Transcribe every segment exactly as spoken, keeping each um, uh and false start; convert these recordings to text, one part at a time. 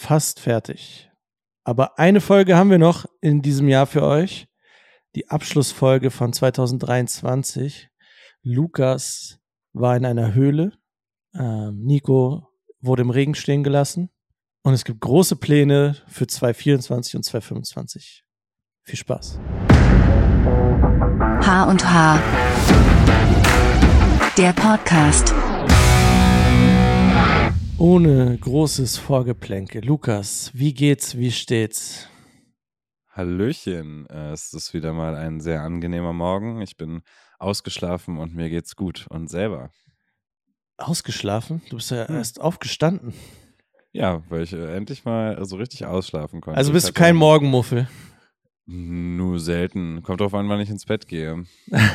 fast fertig. Aber eine Folge haben wir noch in diesem Jahr für euch. Die Abschlussfolge von zwanzig dreiundzwanzig. Lukas war in einer Höhle. Ähm, Nico wurde im Regen stehen gelassen. Und es gibt große Pläne für zwanzig vierundzwanzig und zwanzig fünfundzwanzig. Viel Spaß. H und H. Der Podcast. Ohne großes Vorgeplänke. Lukas, wie geht's, wie steht's? Hallöchen, es ist wieder mal ein sehr angenehmer Morgen. Ich bin ausgeschlafen und mir geht's gut. Und selber? Ausgeschlafen? Du bist ja hm. erst aufgestanden. Ja, weil ich äh, endlich mal so richtig ausschlafen konnte. Also bist du kein Morgenmuffel? Nur selten. Kommt drauf an, wann ich ins Bett gehe.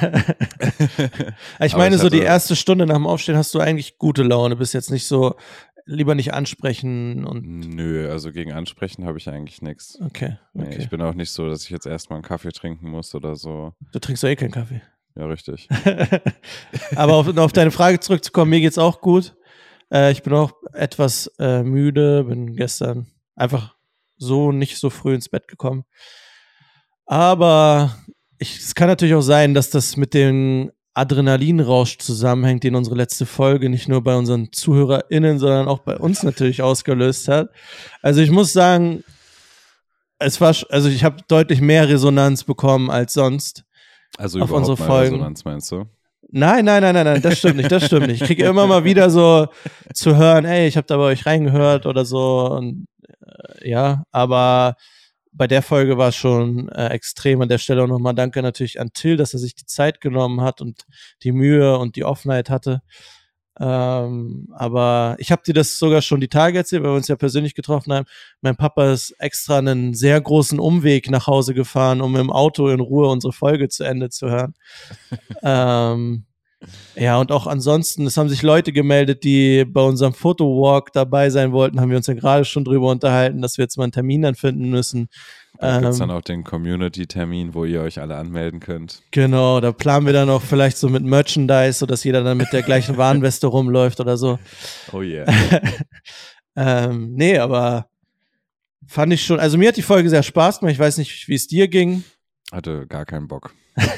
ich meine, ich so die erste Stunde nach dem Aufstehen hast du eigentlich gute Laune. Bist jetzt nicht so, lieber nicht ansprechen und. Nö, also gegen Ansprechen habe ich eigentlich nichts. Okay, okay. Nee, ich bin auch nicht so, dass ich jetzt erstmal einen Kaffee trinken muss oder so. Du trinkst doch eh keinen Kaffee. Ja, richtig. Aber auf, auf deine Frage zurückzukommen, mir geht's auch gut. Äh, ich bin auch etwas äh, müde, bin gestern einfach so nicht so früh ins Bett gekommen. Aber ich, es kann natürlich auch sein, dass das mit dem Adrenalinrausch zusammenhängt, den unsere letzte Folge nicht nur bei unseren ZuhörerInnen, sondern auch bei uns natürlich ausgelöst hat. Also ich muss sagen, es war, also ich habe deutlich mehr Resonanz bekommen als sonst. Also auf überhaupt unsere mal Folgen. Resonanz, meinst du? Nein, nein, nein, nein, nein, das stimmt nicht, das stimmt nicht. Ich kriege immer mal wieder so zu hören, ey, ich habe da bei euch reingehört oder so und äh, ja, aber bei der Folge war es schon äh, extrem. An der Stelle auch nochmal danke natürlich an Till, dass er sich die Zeit genommen hat und die Mühe und die Offenheit hatte. Ähm, aber ich habe dir das sogar schon die Tage erzählt, weil wir uns ja persönlich getroffen haben. Mein Papa ist extra einen sehr großen Umweg nach Hause gefahren, um im Auto in Ruhe unsere Folge zu Ende zu hören. ähm, ja, und auch ansonsten, es haben sich Leute gemeldet, die bei unserem Fotowalk dabei sein wollten, haben wir uns ja gerade schon drüber unterhalten, dass wir jetzt mal einen Termin dann finden müssen. Da ähm, gibt es dann auch den Community-Termin, wo ihr euch alle anmelden könnt. Genau, da planen wir dann auch vielleicht so mit Merchandise, sodass jeder dann mit der gleichen Warnweste rumläuft oder so. Oh yeah. ähm, nee, aber fand ich schon, also mir hat die Folge sehr Spaß gemacht, ich weiß nicht, wie es dir ging. Hatte gar keinen Bock.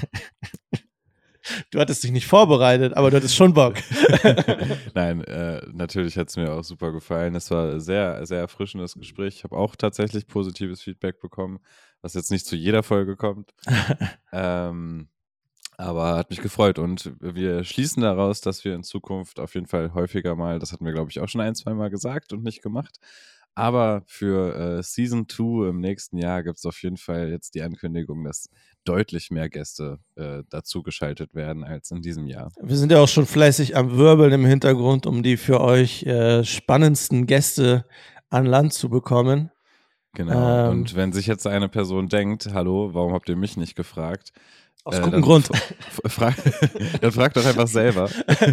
Du hattest dich nicht vorbereitet, aber du hattest schon Bock. Nein, äh, natürlich hat es mir auch super gefallen. Es war ein sehr, sehr erfrischendes Gespräch. Ich habe auch tatsächlich positives Feedback bekommen, was jetzt nicht zu jeder Folge kommt. ähm, aber hat mich gefreut und wir schließen daraus, dass wir in Zukunft auf jeden Fall häufiger mal, das hatten wir glaube ich auch schon ein, zwei Mal gesagt und nicht gemacht, aber für äh, Season zwei im nächsten Jahr gibt es auf jeden Fall jetzt die Ankündigung, dass deutlich mehr Gäste äh, dazu geschaltet werden als in diesem Jahr. Wir sind ja auch schon fleißig am Wirbeln im Hintergrund, um die für euch äh, spannendsten Gäste an Land zu bekommen. Genau, ähm, und wenn sich jetzt eine Person denkt, hallo, warum habt ihr mich nicht gefragt? Aus äh, gutem Grund. F- frag, dann fragt doch einfach selber.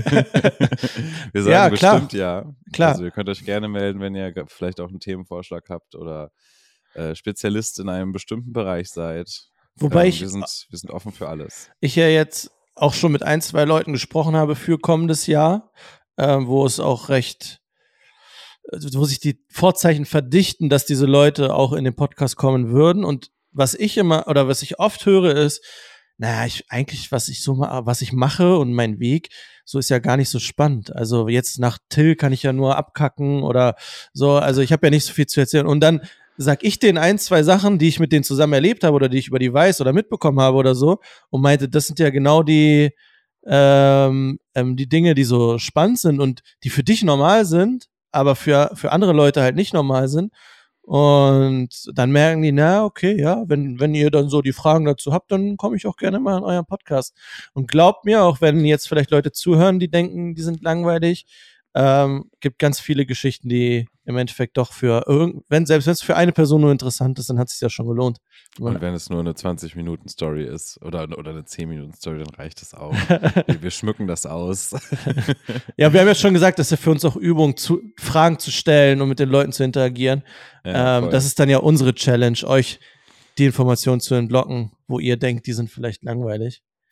Wir sagen Ja, klar. bestimmt ja. Klar. Also ihr könnt euch gerne melden, wenn ihr vielleicht auch einen Themenvorschlag habt oder äh, Spezialist in einem bestimmten Bereich seid. Wobei ähm, ich, wir sind, wir sind offen für alles. ich ja jetzt auch schon mit ein, zwei Leuten gesprochen habe für kommendes Jahr, äh, wo es auch recht, wo sich die Vorzeichen verdichten, dass diese Leute auch in den Podcast kommen würden. Und was ich immer oder was ich oft höre ist, naja, ich eigentlich, was ich so ma- was ich mache und mein Weg, so ist ja gar nicht so spannend. Also jetzt nach Till kann ich ja nur abkacken oder so. Also ich habe ja nicht so viel zu erzählen. Und dann sag ich denen ein, zwei Sachen, die ich mit denen zusammen erlebt habe oder die ich über die weiß oder mitbekommen habe oder so und meinte, das sind ja genau die ähm, ähm, die Dinge, die so spannend sind und die für dich normal sind, aber für für andere Leute halt nicht normal sind. Und dann merken die, na, okay, ja, wenn, wenn ihr dann so die Fragen dazu habt, dann komme ich auch gerne mal in euren Podcast. Und glaubt mir, auch wenn jetzt vielleicht Leute zuhören, die denken, die sind langweilig, ähm, gibt ganz viele Geschichten, die im Endeffekt doch für irgend, wenn, selbst wenn es für eine Person nur interessant ist, dann hat es sich ja schon gelohnt. Und wenn es nur eine zwanzig-Minuten-Story ist oder, oder eine zehn-Minuten-Story, dann reicht es auch. wir, wir schmücken das aus. Ja, wir haben ja schon gesagt, dass ja für uns auch Übung, zu, Fragen zu stellen und mit den Leuten zu interagieren. Ja, ähm, das ist dann ja unsere Challenge, euch die Informationen zu entlocken, wo ihr denkt, die sind vielleicht langweilig.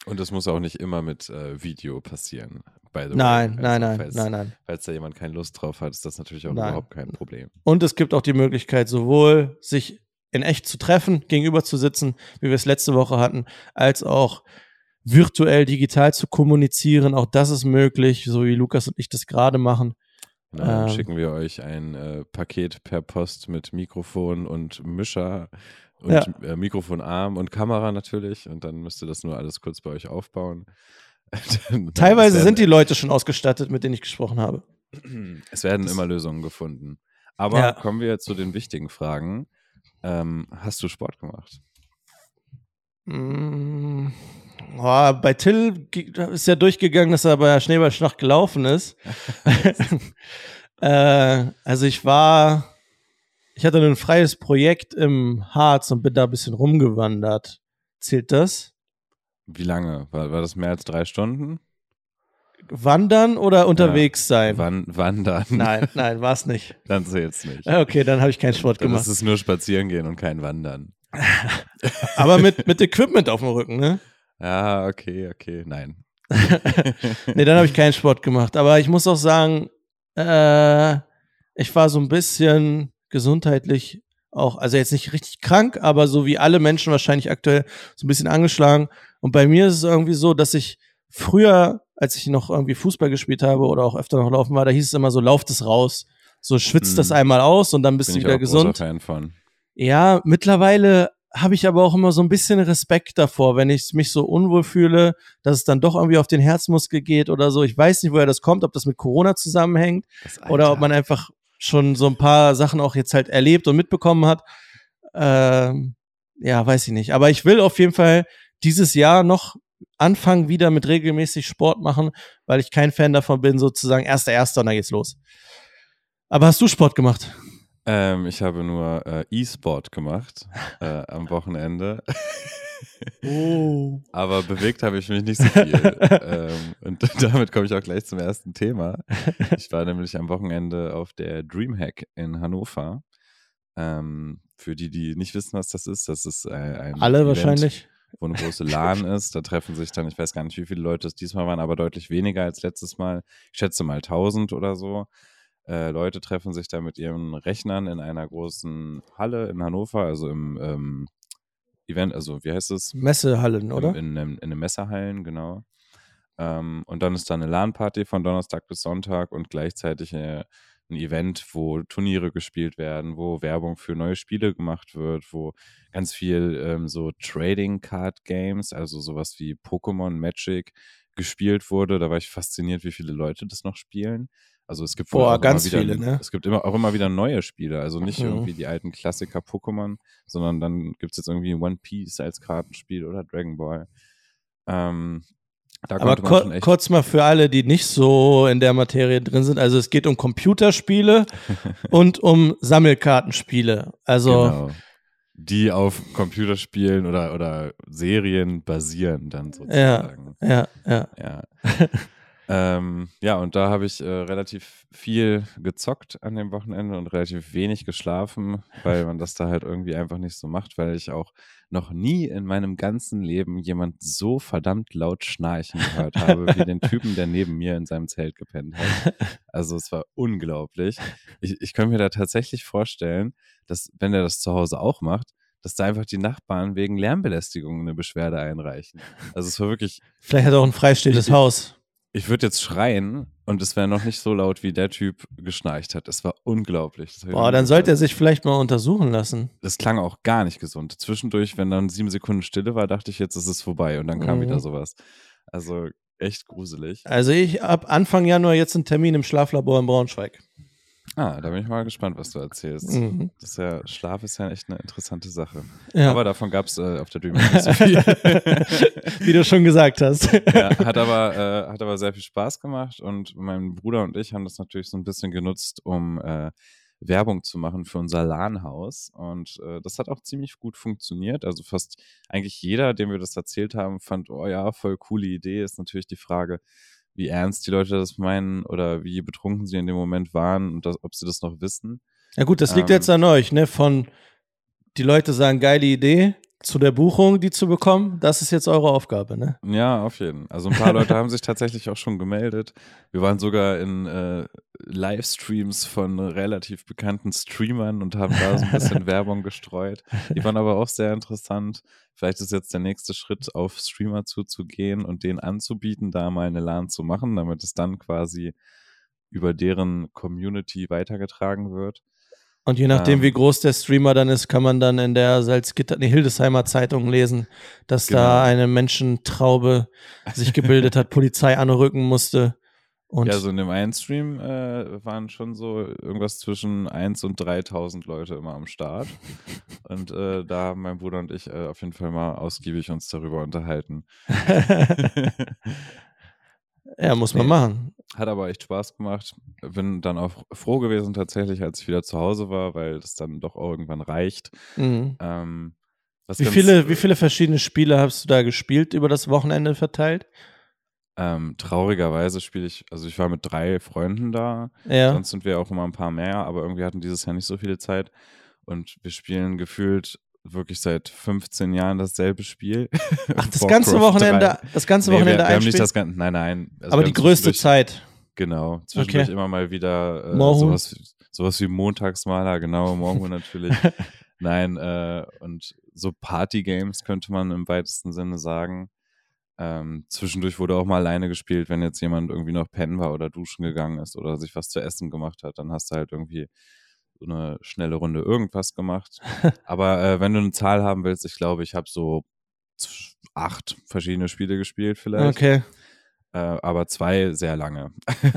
Und das muss auch nicht immer mit äh, Video passieren, by the Nein, way. nein, Also, nein, falls, nein, nein. Falls da jemand keine Lust drauf hat, ist das natürlich auch Nein. überhaupt kein Problem. Und es gibt auch die Möglichkeit, sowohl sich in echt zu treffen, gegenüber zu sitzen, wie wir es letzte Woche hatten, als auch virtuell, digital zu kommunizieren. Auch das ist möglich, so wie Lukas und ich das gerade machen. Genau, dann Ähm. schicken wir euch ein äh, Paket per Post mit Mikrofon und Mischer und Ja. äh, Mikrofonarm und Kamera natürlich. Und dann müsst ihr das nur alles kurz bei euch aufbauen. Dann- Teilweise es sind die werden, Leute schon ausgestattet, mit denen ich gesprochen habe. Es werden Das- immer Lösungen gefunden. Aber Ja. kommen wir zu den wichtigen Fragen. Ähm, hast du Sport gemacht? Mm, oh, bei Till ge- ist ja durchgegangen, dass er bei der Schneeballschlacht gelaufen ist. äh, also ich war, ich hatte ein freies Projekt im Harz und bin da ein bisschen rumgewandert. Zählt das? Wie lange? War, war das mehr als drei Stunden? Wandern oder unterwegs sein? Wan wandern? Nein, nein, war es nicht. Dann zählt's nicht. Okay, dann habe ich keinen Sport Dann gemacht. ist es nur spazieren gehen und kein Wandern. Aber mit, mit Equipment auf dem Rücken, ne? Ja, okay, okay, nein. Nee, dann habe ich keinen Sport gemacht. Aber ich muss auch sagen, äh, ich war so ein bisschen gesundheitlich auch, also jetzt nicht richtig krank, aber so wie alle Menschen wahrscheinlich aktuell so ein bisschen angeschlagen. Und bei mir ist es irgendwie so, dass ich früher, als ich noch irgendwie Fußball gespielt habe oder auch öfter noch laufen war, da hieß es immer so, lauft es raus. So schwitzt Hm. das einmal aus und dann bist Bin du ich wieder auch gesund. großer Fan von. Ja, mittlerweile habe ich aber auch immer so ein bisschen Respekt davor, wenn ich mich so unwohl fühle, dass es dann doch irgendwie auf den Herzmuskel geht oder so. Ich weiß nicht, woher das kommt, ob das mit Corona zusammenhängt Das oder ob Alter. man einfach schon so ein paar Sachen auch jetzt halt erlebt und mitbekommen hat. Ähm, ja, weiß ich nicht. Aber ich will auf jeden Fall dieses Jahr noch anfangen, wieder mit regelmäßig Sport machen, weil ich kein Fan davon bin, sozusagen erster Erster und dann geht's los. Aber hast du Sport gemacht? Ähm, ich habe nur äh, E-Sport gemacht äh, am Wochenende. Oh. Aber bewegt habe ich mich nicht so viel. ähm, und damit komme ich auch gleich zum ersten Thema. Ich war nämlich am Wochenende auf der Dreamhack in Hannover. Ähm, für die, die nicht wissen, was das ist, das ist ein, ein Alle Event, wahrscheinlich. wo eine große LAN ist. Da treffen sich dann, ich weiß gar nicht, wie viele Leute es diesmal waren, aber deutlich weniger als letztes Mal. Ich schätze mal tausend oder so. Äh, Leute treffen sich da mit ihren Rechnern in einer großen Halle in Hannover, also im ähm, Event, also wie heißt es? Messehallen, oder? In, in, in, in den Messerhallen, genau. Ähm, und dann ist da eine LAN-Party von Donnerstag bis Sonntag und gleichzeitig äh, ein Event, wo Turniere gespielt werden, wo Werbung für neue Spiele gemacht wird, wo ganz viel ähm, so Trading Card Games, also sowas wie Pokémon, Magic gespielt wurde. Da war ich fasziniert, wie viele Leute das noch spielen. Also es gibt wohl Boah, auch ganz immer wieder, viele, ne? es gibt immer auch immer wieder neue Spiele, also nicht Mhm. irgendwie die alten Klassiker Pokémon, sondern dann gibt es jetzt irgendwie One Piece als Kartenspiel oder Dragon Ball. Ähm, da Aber konnte man kur schon echt kurz mal für alle, die nicht so in der Materie drin sind. Also es geht um Computerspiele und um Sammelkartenspiele. Also genau, die auf Computerspielen oder, oder Serien basieren dann sozusagen. ja, ja. Ja. ähm, ja, und da habe ich äh, relativ viel gezockt an dem Wochenende und relativ wenig geschlafen, weil man das da halt irgendwie einfach nicht so macht, weil ich auch noch nie in meinem ganzen Leben jemand so verdammt laut schnarchen gehört habe, wie den Typen, der neben mir in seinem Zelt gepennt hat. Also es war unglaublich. Ich, ich könnte mir da tatsächlich vorstellen, dass, wenn er das zu Hause auch macht, dass da einfach die Nachbarn wegen Lärmbelästigung eine Beschwerde einreichen. Also es war wirklich, Vielleicht hat er auch ein freistehendes Ich- Haus. ich würde jetzt schreien und es wäre noch nicht so laut, wie der Typ geschnarcht hat. Es war unglaublich. Das hab ich noch Boah, nie dann sollte er gehört. sich vielleicht mal untersuchen lassen. Das klang auch gar nicht gesund. Zwischendurch, wenn dann sieben Sekunden Stille war, dachte ich, jetzt ist es vorbei und dann kam Mhm. wieder sowas. Also echt gruselig. Also ich ab Anfang Januar jetzt einen Termin im Schlaflabor in Braunschweig. Ah, da bin ich mal gespannt, was du erzählst. Mhm. Das ist ja, Schlaf ist ja echt eine interessante Sache. Ja. Aber davon gab es äh, auf der Dream nicht so viel. Wie du schon gesagt hast. Ja, hat aber, äh, hat aber sehr viel Spaß gemacht und mein Bruder und ich haben das natürlich so ein bisschen genutzt, um äh, Werbung zu machen für unser LAN-Haus und äh, das hat auch ziemlich gut funktioniert. Also fast eigentlich jeder, dem wir das erzählt haben, fand, oh ja, voll coole Idee. Ist natürlich die Frage, wie ernst die Leute das meinen oder wie betrunken sie in dem Moment waren und das, ob sie das noch wissen. Ja gut, das liegt Ähm, jetzt an euch, ne? Von die Leute sagen, geile Idee, zu der Buchung, die zu bekommen, das ist jetzt eure Aufgabe, ne? Ja, auf jeden Fall. Also ein paar Leute haben sich tatsächlich auch schon gemeldet. Wir waren sogar in äh, Livestreams von relativ bekannten Streamern und haben da so ein bisschen Werbung gestreut. Die waren aber auch sehr interessant. Vielleicht ist jetzt der nächste Schritt, auf Streamer zuzugehen und denen anzubieten, da mal eine LAN zu machen, damit es dann quasi über deren Community weitergetragen wird. Und je nachdem, Ähm, wie groß der Streamer dann ist, kann man dann in der Salzgitter, nee, Hildesheimer Zeitung lesen, dass Genau. da eine Menschentraube sich gebildet hat, Polizei anrücken musste. Und ja, so in dem einen Stream äh, waren schon so irgendwas zwischen eins und dreitausend Leute immer am Start. Und äh, da haben mein Bruder und ich äh, auf jeden Fall mal ausgiebig uns darüber unterhalten. ja, muss man Nee. machen. Hat aber echt Spaß gemacht. Bin dann auch froh gewesen tatsächlich, als ich wieder zu Hause war, weil das dann doch irgendwann reicht. Mhm. Ähm, was Wie ganz, viele, wie viele verschiedene Spiele hast du da gespielt über das Wochenende verteilt? Ähm, traurigerweise spiele ich, also ich war mit drei Freunden da, Ja. sonst sind wir auch immer ein paar mehr, aber irgendwie hatten dieses Jahr nicht so viele Zeit und wir spielen gefühlt wirklich seit fünfzehn Jahren dasselbe Spiel. Ach, das ganze Wochenende, das ganze nee, Wochenende wir, wir haben ein nicht Spiel? das ganze, nein, nein. Also Aber wir die haben größte zwischendurch- Zeit. Genau, zwischendurch Okay. immer mal wieder äh, Moorhuhn. sowas, sowas wie Montagsmaler, genau, Moorhuhn natürlich. Nein, äh, und so Party-Games könnte man im weitesten Sinne sagen. Ähm, zwischendurch wurde auch mal alleine gespielt, wenn jetzt jemand irgendwie noch pennen war oder duschen gegangen ist oder sich was zu essen gemacht hat, dann hast du halt irgendwie so eine schnelle Runde irgendwas gemacht. Aber äh, wenn du eine Zahl haben willst, ich glaube, ich habe so z- acht verschiedene Spiele gespielt vielleicht. Okay. Äh, aber zwei sehr lange.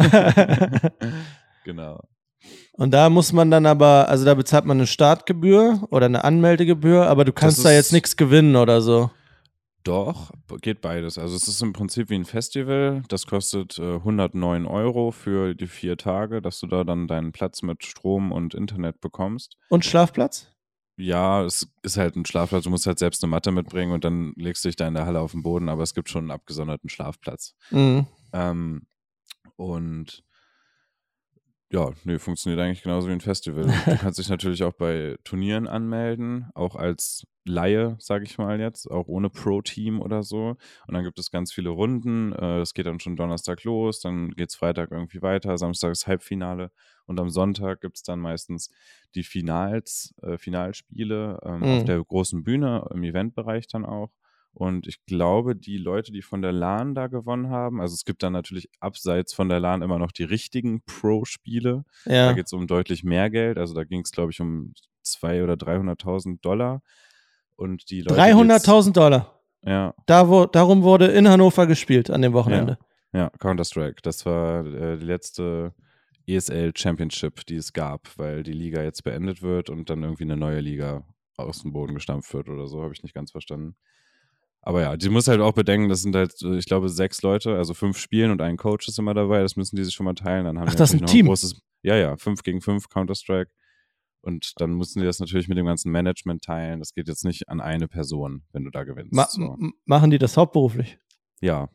Genau. Und da muss man dann aber, also da bezahlt man eine Startgebühr oder eine Anmeldegebühr, aber du kannst Das da ist- jetzt nichts gewinnen oder so. Doch, geht beides. Also es ist im Prinzip wie ein Festival. Das kostet äh, hundertneun Euro für die vier Tage, dass du da dann deinen Platz mit Strom und Internet bekommst. Und Schlafplatz? Ja, es ist halt ein Schlafplatz. Du musst halt selbst eine Matte mitbringen und dann legst du dich da in der Halle auf den Boden, aber es gibt schon einen abgesonderten Schlafplatz. Mhm. Ähm, und ja, nee, funktioniert eigentlich genauso wie ein Festival. Du kannst dich natürlich auch bei Turnieren anmelden, auch als Laie, sage ich mal jetzt, auch ohne Pro-Team oder so. Und dann gibt es ganz viele Runden. Es geht dann schon Donnerstag los, dann geht es Freitag irgendwie weiter, Samstag ist Halbfinale und am Sonntag gibt es dann meistens die Finals, äh, Finalspiele ähm, Mhm. auf der großen Bühne, im Eventbereich dann auch. Und ich glaube, die Leute, die von der LAN da gewonnen haben, also es gibt dann natürlich abseits von der LAN immer noch die richtigen Pro-Spiele. Da Ja. geht es um deutlich mehr Geld. Also da ging es, glaube ich, um zweihunderttausend oder dreihunderttausend Dollar. Und die Leute, die dreihunderttausend Dollar. jetzt, ja, Da, wo, darum wurde in Hannover gespielt an dem Wochenende. ja, Counter-Strike. Das war äh, die letzte E S L Championship, die es gab, weil die Liga jetzt beendet wird und dann irgendwie eine neue Liga aus dem Boden gestampft wird oder so, habe ich nicht ganz verstanden. Aber ja, die muss halt auch bedenken, das sind halt, ich glaube, sechs Leute, also fünf spielen und ein Coach ist immer dabei, das müssen die sich schon mal teilen. Dann haben Ach, die das ist natürlich ein noch Team. ein großes, ja, ja, fünf gegen fünf Counter-Strike. Und dann müssen die das natürlich mit dem ganzen Management teilen. Das geht jetzt nicht an eine Person, wenn du da gewinnst. Ma so. m- machen die das hauptberuflich? Ja.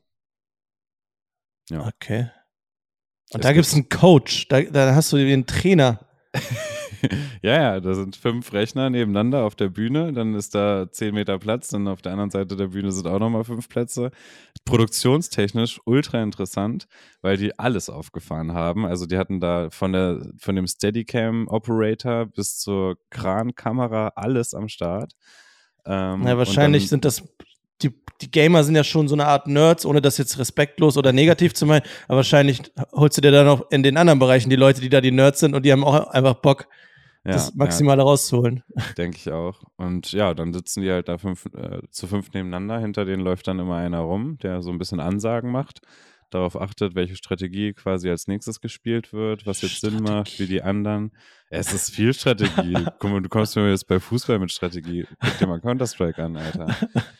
Ja. Okay. Und Es da gibt es einen Coach, da, da hast du den Trainer. ja, ja, da sind fünf Rechner nebeneinander auf der Bühne, dann ist da zehn Meter Platz, dann auf der anderen Seite der Bühne sind auch nochmal fünf Plätze. Produktionstechnisch ultra interessant, weil die alles aufgefahren haben. Also die hatten da von der von dem Steadicam-Operator bis zur Krankamera alles am Start. Ähm, Ja, wahrscheinlich und dann, sind das, die, die Gamer sind ja schon so eine Art Nerds, ohne das jetzt respektlos oder negativ zu meinen, aber wahrscheinlich holst du dir dann auch in den anderen Bereichen die Leute, die da die Nerds sind und die haben auch einfach Bock, ja, das Maximale rauszuholen. denke ich auch. Und ja, dann sitzen die halt da fünf, äh, zu fünf nebeneinander. Hinter denen läuft dann immer einer rum, der so ein bisschen Ansagen macht, darauf achtet, welche Strategie quasi als nächstes gespielt wird, was jetzt Sinn macht, wie die anderen. Ja, es ist viel Strategie. Guck mal, du kommst mir jetzt bei Fußball mit Strategie. Guck dir mal Counter-Strike an, Alter.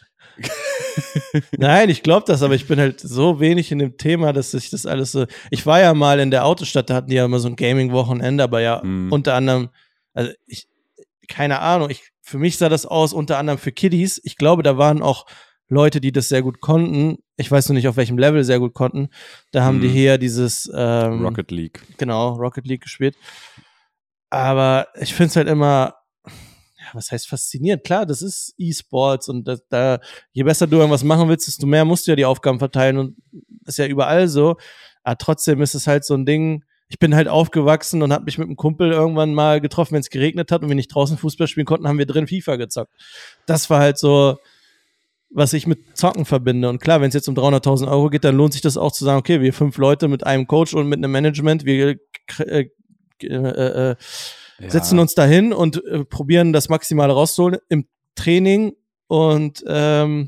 Nein, ich glaube das, aber ich bin halt so wenig in dem Thema, dass ich das alles so. Ich war ja mal in der Autostadt, da hatten die ja immer so ein Gaming-Wochenende, aber ja, Hm. unter anderem, also ich, keine Ahnung, ich, für mich sah das aus, unter anderem für Kiddies. Ich glaube, da waren auch Leute, die das sehr gut konnten. Ich weiß noch nicht, auf welchem Level sehr gut konnten. Da haben Hm. die hier dieses ähm, Rocket League. Genau, Rocket League gespielt. Aber ich finde es halt immer, ja, was heißt faszinierend? Klar, das ist E-Sports und das, da, je besser du irgendwas machen willst, desto mehr musst du ja die Aufgaben verteilen und das ist ja überall so. Aber trotzdem ist es halt so ein Ding, ich bin halt aufgewachsen und habe mich mit einem Kumpel irgendwann mal getroffen, wenn es geregnet hat und wir nicht draußen Fußball spielen konnten, haben wir drin FIFA gezockt. Das war halt so, was ich mit Zocken verbinde. Und klar, wenn es jetzt um dreihunderttausend Euro geht, dann lohnt sich das auch zu sagen, okay, wir fünf Leute mit einem Coach und mit einem Management, wir äh, äh, äh, Ja. setzen uns dahin und äh, probieren das Maximale rauszuholen im Training und ähm,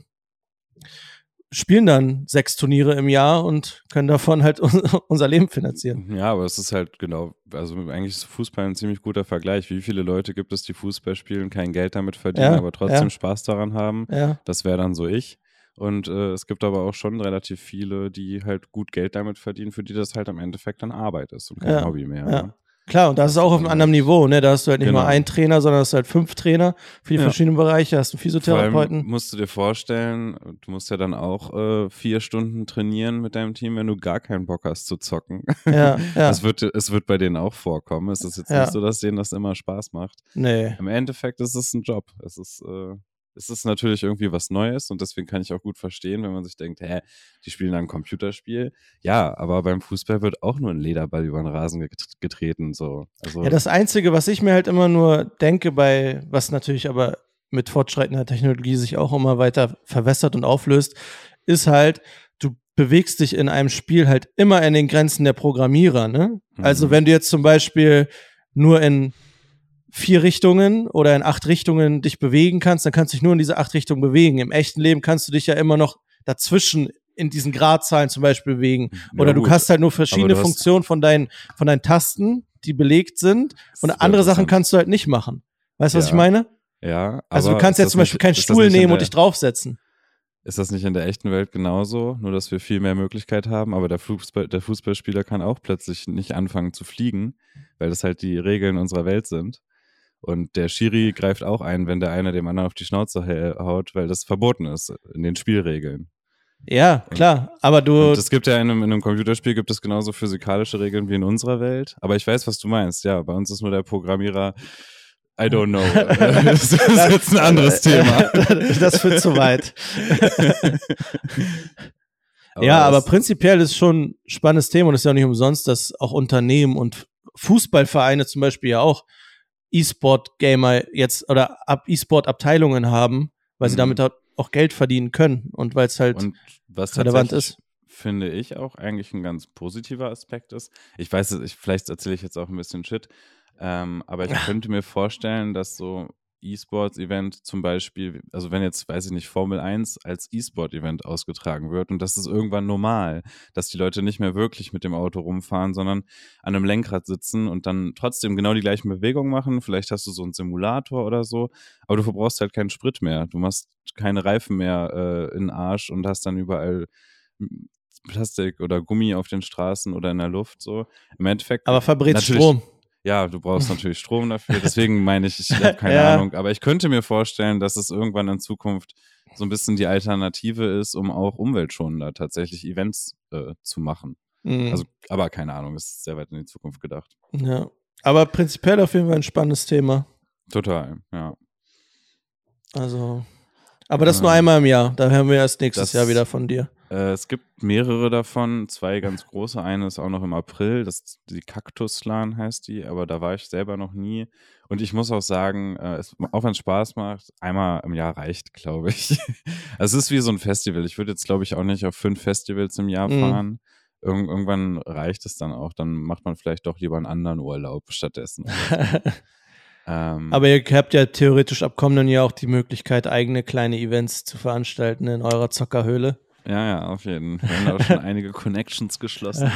spielen dann sechs Turniere im Jahr und können davon halt unser Leben finanzieren. Ja, aber es ist halt genau, also eigentlich ist Fußball ein ziemlich guter Vergleich. Wie viele Leute gibt es, die Fußball spielen, kein Geld damit verdienen, Ja, aber trotzdem ja. Spaß daran haben? Ja. Das wäre dann so ich. Und äh, es gibt aber auch schon relativ viele, die halt gut Geld damit verdienen, für die das halt am Endeffekt dann Arbeit ist und kein Ja, Hobby mehr. ja. Ne? Klar, und das ist auch auf einem anderen Niveau, ne? Da hast du halt nicht Genau. nur einen Trainer, sondern hast halt fünf Trainer für die Ja. verschiedenen Bereiche, hast einen Vor allem Physiotherapeuten. musst du dir vorstellen, du musst ja dann auch äh, vier Stunden trainieren mit deinem Team, wenn du gar keinen Bock hast zu zocken. Ja, ja. Es wird, es wird bei denen auch vorkommen. Es ist jetzt Ja. nicht so, dass denen das immer Spaß macht. Nee. Im Endeffekt ist es ein Job. Es ist, äh, es ist natürlich irgendwie was Neues und deswegen kann ich auch gut verstehen, wenn man sich denkt, hä, die spielen ein Computerspiel. Ja, aber beim Fußball wird auch nur ein Lederball über den Rasen get- getreten. So. Also, Ja, das Einzige, was ich mir halt immer nur denke, bei, was natürlich aber mit fortschreitender Technologie sich auch immer weiter verwässert und auflöst, ist halt, du bewegst dich in einem Spiel halt immer in den Grenzen der Programmierer, ne? Mhm. Also wenn du jetzt zum Beispiel nur in vier Richtungen oder in acht Richtungen dich bewegen kannst, dann kannst du dich nur in diese acht Richtungen bewegen. Im echten Leben kannst du dich ja immer noch dazwischen in diesen Gradzahlen zum Beispiel bewegen. Ja, Oder du gut. hast halt nur verschiedene Aber du hast- Funktionen von deinen, von deinen Tasten, die belegt sind. Und Das ist andere Sachen interessant. kannst du halt nicht machen. Weißt du, was Ja, ich meine? Ja, Also du aber kannst ist jetzt das zum Beispiel nicht- keinen ist das Stuhl nicht in nehmen und der- dich draufsetzen. Ist das nicht in der echten Welt genauso? Nur, dass wir viel mehr Möglichkeit haben, aber der, Fußball, der Fußballspieler kann auch plötzlich nicht anfangen zu fliegen, weil das halt die Regeln unserer Welt sind. Und der Schiri greift auch ein, wenn der eine dem anderen auf die Schnauze hä- haut, weil das verboten ist in den Spielregeln. Ja, klar. Aber du, Und es gibt ja in einem, in einem Computerspiel gibt es genauso physikalische Regeln wie in unserer Welt. Aber ich weiß, was du meinst. Ja, bei uns ist nur der Programmierer, I don't know. Das ist jetzt ein anderes Thema. das führt zu weit. Ja, aber das- prinzipiell ist schon ein spannendes Thema und es ist ja auch nicht umsonst, dass auch Unternehmen und Fußballvereine zum Beispiel ja auch E-Sport-Gamer jetzt oder ab E-Sport-Abteilungen haben, weil sie Mhm. damit auch Geld verdienen können und weil es halt Und was relevant tatsächlich, ist. finde ich, auch eigentlich ein ganz positiver Aspekt ist. Ich weiß, es- ich, vielleicht erzähle ich jetzt auch ein bisschen Shit, ähm, aber ich könnte mir vorstellen, dass so E-Sports-Event zum Beispiel, also wenn jetzt, weiß ich nicht, Formel eins als E-Sport-Event ausgetragen wird und das ist irgendwann normal, dass die Leute nicht mehr wirklich mit dem Auto rumfahren, sondern an einem Lenkrad sitzen und dann trotzdem genau die gleichen Bewegungen machen. Vielleicht hast du so einen Simulator oder so, aber du verbrauchst halt keinen Sprit mehr. Du machst keine Reifen mehr äh, in den Arsch und hast dann überall m, Plastik oder Gummi auf den Straßen oder in der Luft. So. Im Endeffekt. Aber verbrät natürlich- Strom. Ja, du brauchst natürlich Strom dafür. Deswegen meine ich, ich habe keine Ja. Ahnung. Aber ich könnte mir vorstellen, dass es irgendwann in Zukunft so ein bisschen die Alternative ist, um auch umweltschonender tatsächlich Events äh, zu machen. Mhm. Also, aber keine Ahnung, ist sehr weit in die Zukunft gedacht. Ja. Aber prinzipiell auf jeden Fall ein spannendes Thema. Total, ja. Also, aber das nur Ähm, einmal im Jahr. Da hören wir erst nächstes das- Jahr wieder von dir. Äh, es gibt mehrere davon, zwei ganz große. Eine ist auch noch im April, das ist die Kaktuslan heißt die, aber da war ich selber noch nie. Und ich muss auch sagen, äh, es, auch wenn es Spaß macht, einmal im Jahr reicht, glaube ich. Also es ist wie so ein Festival. Ich würde jetzt, glaube ich, auch nicht auf fünf Festivals im Jahr Mhm. fahren. Irg irgendwann reicht es dann auch. Dann macht man vielleicht doch lieber einen anderen Urlaub stattdessen. ähm, Aber ihr habt ja theoretisch ab kommenden Jahr auch die Möglichkeit, eigene kleine Events zu veranstalten in eurer Zockerhöhle. Ja, ja, auf jeden Fall. Wir haben auch schon einige Connections geschlossen.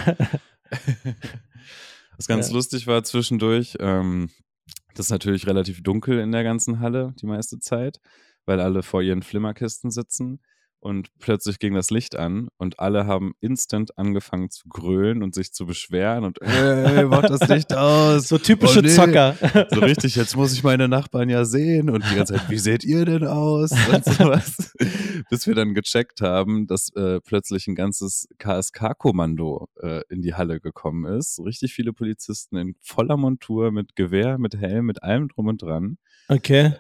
Was ganz Ja. lustig war zwischendurch, ähm, das ist natürlich relativ dunkel in der ganzen Halle die meiste Zeit, weil alle vor ihren Flimmerkisten sitzen. Und plötzlich ging das Licht an und alle haben instant angefangen zu grölen und sich zu beschweren und ey, mach das Licht aus. So typische Oh, nee. Zocker. So richtig, jetzt muss ich meine Nachbarn ja sehen und die ganze Zeit, wie seht ihr denn aus? Und sowas. Bis wir dann gecheckt haben, dass äh, plötzlich ein ganzes K S K-Kommando äh, in die Halle gekommen ist. So richtig viele Polizisten in voller Montur, mit Gewehr, mit Helm, mit allem drum und dran. Okay.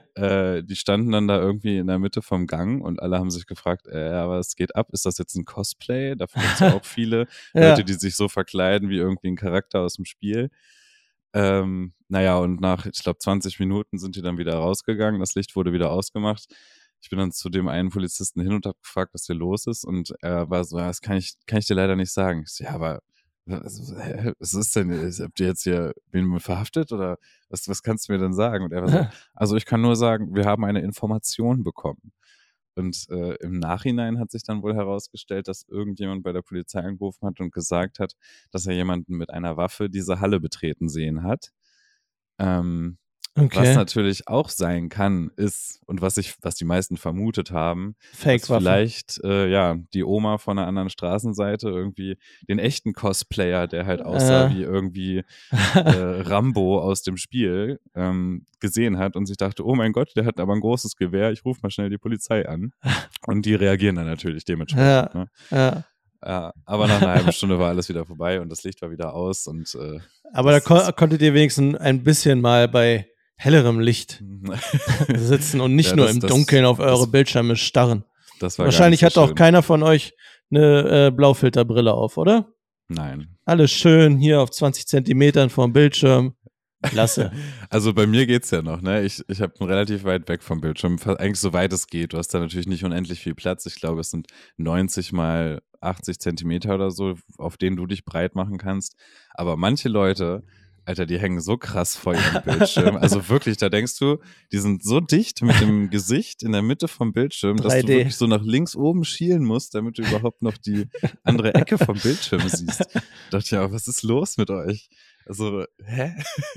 äh, die standen dann da irgendwie in der Mitte vom Gang und alle haben sich gefragt, äh, aber es geht ab, ist das jetzt ein Cosplay? Dafür gibt es ja auch viele Ja. Leute, die sich so verkleiden wie irgendwie ein Charakter aus dem Spiel. Ähm, naja, und nach, ich glaube, zwanzig Minuten sind die dann wieder rausgegangen, das Licht wurde wieder ausgemacht. Ich bin dann zu dem einen Polizisten hin und habe gefragt, was hier los ist, und er war so, ja, das kann ich, kann ich dir leider nicht sagen. Ich so, ja, aber was, was ist denn, habt ihr jetzt hier wen verhaftet oder was, was kannst du mir denn sagen? Und er war so, also ich kann nur sagen, wir haben eine Information bekommen. Und äh, im Nachhinein hat sich dann wohl herausgestellt, dass irgendjemand bei der Polizei angerufen hat und gesagt hat, dass er jemanden mit einer Waffe diese Halle betreten sehen hat. Ähm, Okay. Was natürlich auch sein kann, ist, und was ich, was die meisten vermutet haben, dass Fake-Waffe. vielleicht äh, ja die Oma von einer anderen Straßenseite irgendwie den echten Cosplayer, der halt aussah Äh. wie irgendwie äh, Rambo aus dem Spiel, ähm, gesehen hat und sich dachte, oh mein Gott, der hat aber ein großes Gewehr, ich rufe mal schnell die Polizei an. Und die reagieren dann natürlich dementsprechend. Ja, Ne? ja. Ja, aber nach einer halben Stunde war alles wieder vorbei und das Licht war wieder aus. Und äh, Aber da das kon ist- konntet ihr wenigstens ein bisschen mal bei hellerem Licht sitzen und nicht Ja, nur das- im das- Dunkeln auf eure das- Bildschirme starren. das war Wahrscheinlich gar nicht hat so auch schön. keiner von euch eine äh, Blaufilterbrille auf, oder? Nein. Alles schön hier auf zwanzig Zentimetern vom Bildschirm. Klasse. Also bei mir geht's ja noch, ne? Ich, ich habe relativ weit weg vom Bildschirm, fa- eigentlich so weit es geht. Du hast da natürlich nicht unendlich viel Platz. Ich glaube, es sind neunzig mal achtzig Zentimeter oder so, auf denen du dich breit machen kannst. Aber manche Leute, Alter, die hängen so krass vor ihrem Bildschirm. Also wirklich, da denkst du, die sind so dicht mit dem Gesicht in der Mitte vom Bildschirm, dass drei du D. wirklich so nach links oben schielen musst, damit du überhaupt noch die andere Ecke vom Bildschirm siehst. Ich dachte ja, was ist los mit euch? Also, hä?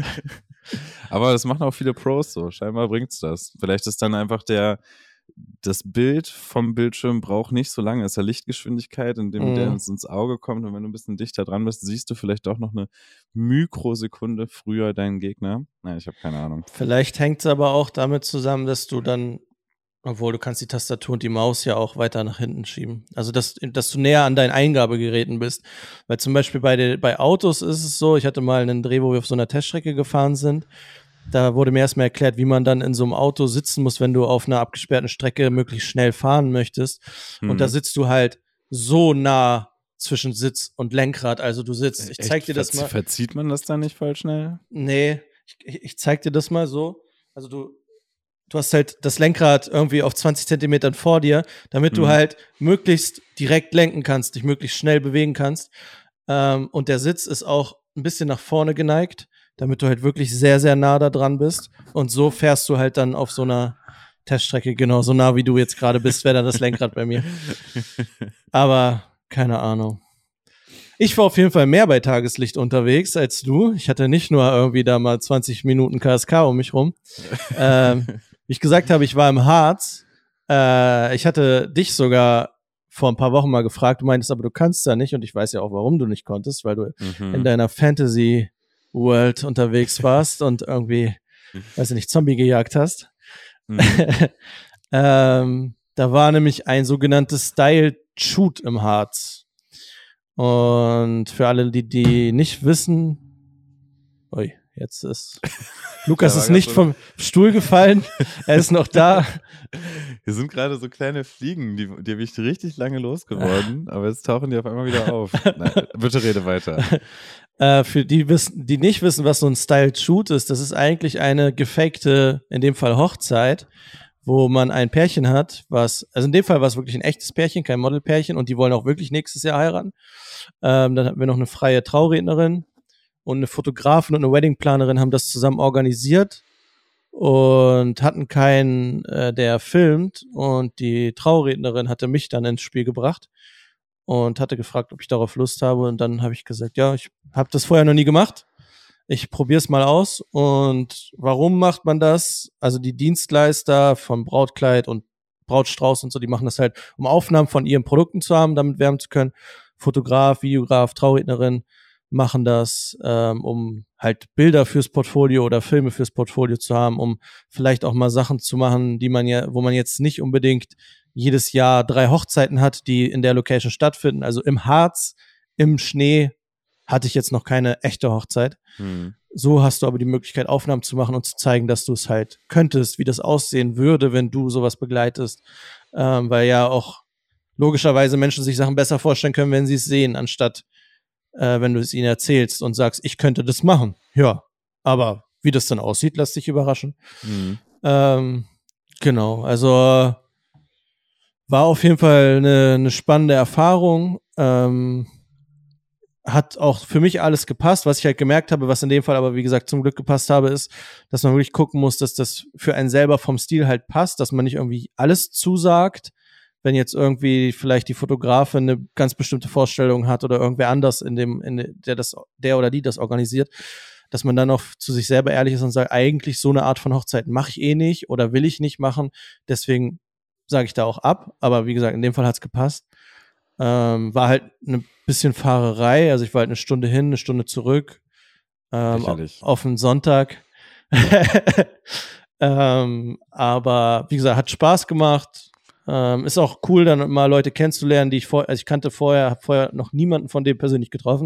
Aber das machen auch viele Pros so. Scheinbar bringt's das. Vielleicht ist dann einfach der, das Bild vom Bildschirm braucht nicht so lange. Es ist ja Lichtgeschwindigkeit, indem Mhm. der uns ins Auge kommt. Und wenn du ein bisschen dichter dran bist, siehst du vielleicht doch noch eine Mikrosekunde früher deinen Gegner. Nein, ich habe keine Ahnung. Vielleicht hängt es aber auch damit zusammen, dass du dann, obwohl du kannst die Tastatur und die Maus ja auch weiter nach hinten schieben. Also, dass, dass du näher an deinen Eingabegeräten bist. Weil zum Beispiel bei, den, bei Autos ist es so, ich hatte mal einen Dreh, wo wir auf so einer Teststrecke gefahren sind. Da wurde mir erstmal erklärt, wie man dann in so einem Auto sitzen muss, wenn du auf einer abgesperrten Strecke möglichst schnell fahren möchtest. Mhm. Und da sitzt du halt so nah zwischen Sitz und Lenkrad. Also du sitzt, ich zeig Echt? dir das Verzie- mal. Verzieht man das dann nicht voll schnell? Nee, ich, ich zeig dir das mal so. Also du, du hast halt das Lenkrad irgendwie auf zwanzig Zentimetern vor dir, damit du Mhm. halt möglichst direkt lenken kannst, dich möglichst schnell bewegen kannst. Ähm, und der Sitz ist auch ein bisschen nach vorne geneigt, damit du halt wirklich sehr, sehr nah da dran bist. Und so fährst du halt dann auf so einer Teststrecke, genau, so nah wie du jetzt gerade bist, wäre dann das Lenkrad bei mir. Aber keine Ahnung. Ich war auf jeden Fall mehr bei Tageslicht unterwegs als du. Ich hatte nicht nur irgendwie da mal zwanzig Minuten K S K um mich rum. ähm, wie ich gesagt habe, ich war im Harz. Äh, ich hatte dich sogar vor ein paar Wochen mal gefragt. Du meintest aber, du kannst da nicht. Und ich weiß ja auch, warum du nicht konntest, weil du Mhm. in deiner Fantasy-World unterwegs warst und irgendwie, weiß ich nicht, Zombie gejagt hast. Mhm. ähm, da war nämlich ein sogenanntes Style-Shoot im Harz. Und für alle, die, die nicht wissen, ui, jetzt ist Lukas Da war ist nicht grad so- vom Stuhl gefallen, er ist noch da. Hier sind gerade so kleine Fliegen, die, die habe ich richtig lange losgeworden, aber jetzt tauchen die auf einmal wieder auf. Nein, bitte rede weiter. Äh, für die, wissen, die nicht wissen, was so ein Styled Shoot ist, das ist eigentlich eine gefakte, in dem Fall Hochzeit, wo man ein Pärchen hat, was, also in dem Fall war es wirklich ein echtes Pärchen, kein Modelpärchen, und die wollen auch wirklich nächstes Jahr heiraten. Ähm, dann hatten wir noch eine freie Traurednerin und eine Fotografin und eine Weddingplanerin haben das zusammen organisiert und hatten keinen, äh, der filmt, und die Traurednerin hatte mich dann ins Spiel gebracht und hatte gefragt, ob ich darauf Lust habe, und dann habe ich gesagt, ja, ich habe das vorher noch nie gemacht. Ich probiere es mal aus. Und warum macht man das? Also die Dienstleister von Brautkleid und Brautstrauß und so, die machen das halt, um Aufnahmen von ihren Produkten zu haben, damit werben zu können. Fotograf, Videograf, Traurednerin machen das, ähm, um halt Bilder fürs Portfolio oder Filme fürs Portfolio zu haben, um vielleicht auch mal Sachen zu machen, die man ja, wo man jetzt nicht unbedingt jedes Jahr drei Hochzeiten hat, die in der Location stattfinden. Also im Harz, im Schnee, hatte ich jetzt noch keine echte Hochzeit. Mhm. So hast du aber die Möglichkeit, Aufnahmen zu machen und zu zeigen, dass du es halt könntest, wie das aussehen würde, wenn du sowas begleitest. Ähm, weil ja auch logischerweise Menschen sich Sachen besser vorstellen können, wenn sie es sehen, anstatt äh, wenn du es ihnen erzählst und sagst, ich könnte das machen. Ja, aber wie das dann aussieht, lass dich überraschen. Mhm. Ähm, genau, also war auf jeden Fall eine, eine spannende Erfahrung. Ähm, hat auch für mich alles gepasst. Was ich halt gemerkt habe, was in dem Fall aber, wie gesagt, zum Glück gepasst habe, ist, dass man wirklich gucken muss, dass das für einen selber vom Stil halt passt, dass man nicht irgendwie alles zusagt. Wenn jetzt irgendwie vielleicht die Fotografin eine ganz bestimmte Vorstellung hat oder irgendwer anders in dem, in der das, der oder die das organisiert, dass man dann auch zu sich selber ehrlich ist und sagt, eigentlich so eine Art von Hochzeit mache ich eh nicht oder will ich nicht machen. Deswegen sage ich da auch ab. Aber wie gesagt, in dem Fall hat's gepasst. Ähm, war halt eine bisschen Fahrerei. Also ich war halt eine Stunde hin, eine Stunde zurück. Ähm, auf einen Sonntag. ähm, aber wie gesagt, hat Spaß gemacht. Ähm, ist auch cool, dann mal Leute kennenzulernen, die ich vorher, also ich kannte vorher, habe vorher noch niemanden von dem persönlich getroffen.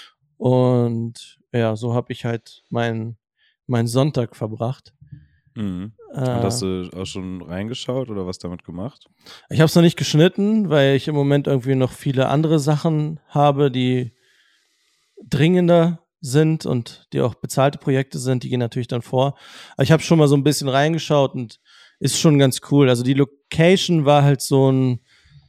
Und ja, so habe ich halt meinen mein Sonntag verbracht. Mhm. Und hast du auch schon reingeschaut oder was damit gemacht? Ich habe es noch nicht geschnitten, weil ich im Moment irgendwie noch viele andere Sachen habe, die dringender sind und die auch bezahlte Projekte sind. Die gehen natürlich dann vor. Aber ich habe schon mal so ein bisschen reingeschaut und ist schon ganz cool. Also die Location war halt so ein,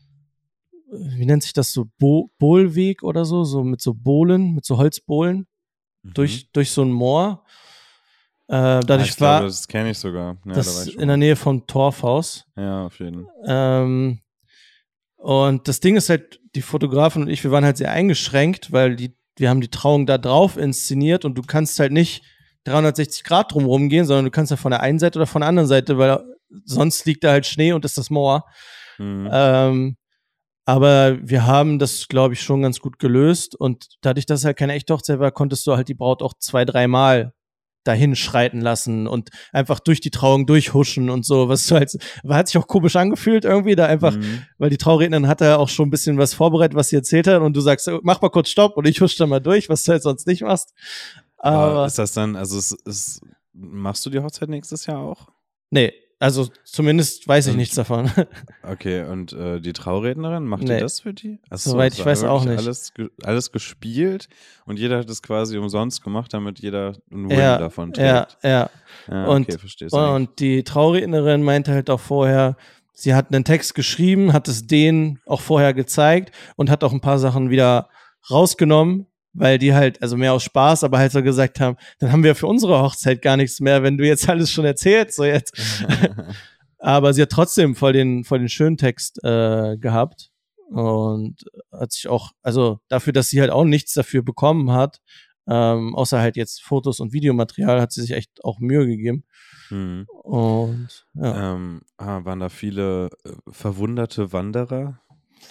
wie nennt sich das, so Bo- Bohlweg oder so, so mit so Bohlen, mit so Holzbohlen mhm. durch, durch so ein Moor. Äh, dadurch ah, ich war glaube, das kenne ich sogar. Ja, das da war ich schon in der Nähe vom Torfhaus. Ja, auf jeden Fall. Ähm, und das Ding ist halt, die Fotografin und ich, wir waren halt sehr eingeschränkt, weil die, wir haben die Trauung da drauf inszeniert und du kannst halt nicht dreihundertsechzig Grad drumherum gehen, sondern du kannst ja von der einen Seite oder von der anderen Seite, weil sonst liegt da halt Schnee und ist das Moor. Mhm. Ähm, aber wir haben das, glaube ich, schon ganz gut gelöst und dadurch, dass es halt keine echte Hochzeit war, konntest du halt die Braut auch zwei, dreimal dahin schreiten lassen und einfach durch die Trauung durchhuschen und so, was halt, hat sich auch komisch angefühlt irgendwie, da einfach, mhm. weil die Traurednerin hat ja auch schon ein bisschen was vorbereitet, was sie erzählt hat und du sagst, mach mal kurz Stopp und ich husch da mal durch, was du halt sonst nicht machst. Aber, Aber ist das dann, also es ist, machst du die Hochzeit nächstes Jahr auch? Nee, also zumindest weiß ich und, nichts davon. Okay, und äh, die Traurednerin, macht nee. die das für die? Achso, Soweit ich weiß auch nicht. Alles, alles gespielt und jeder hat es quasi umsonst gemacht, damit jeder einen Win ja, davon trägt. Ja, ja. ja und, okay, verstehst du. Und die Traurednerin meinte halt auch vorher, sie hat einen Text geschrieben, hat es denen auch vorher gezeigt und hat auch ein paar Sachen wieder rausgenommen, weil die halt, also mehr aus Spaß, aber halt so gesagt haben, dann haben wir für unsere Hochzeit gar nichts mehr, wenn du jetzt alles schon erzählst, so jetzt. Aber sie hat trotzdem voll den, voll den schönen Text äh, gehabt und hat sich auch, also dafür, dass sie halt auch nichts dafür bekommen hat, ähm, außer halt jetzt Fotos und Videomaterial, hat sie sich echt auch Mühe gegeben. Mhm. Und ja. Ähm, waren da viele äh, verwunderte Wanderer?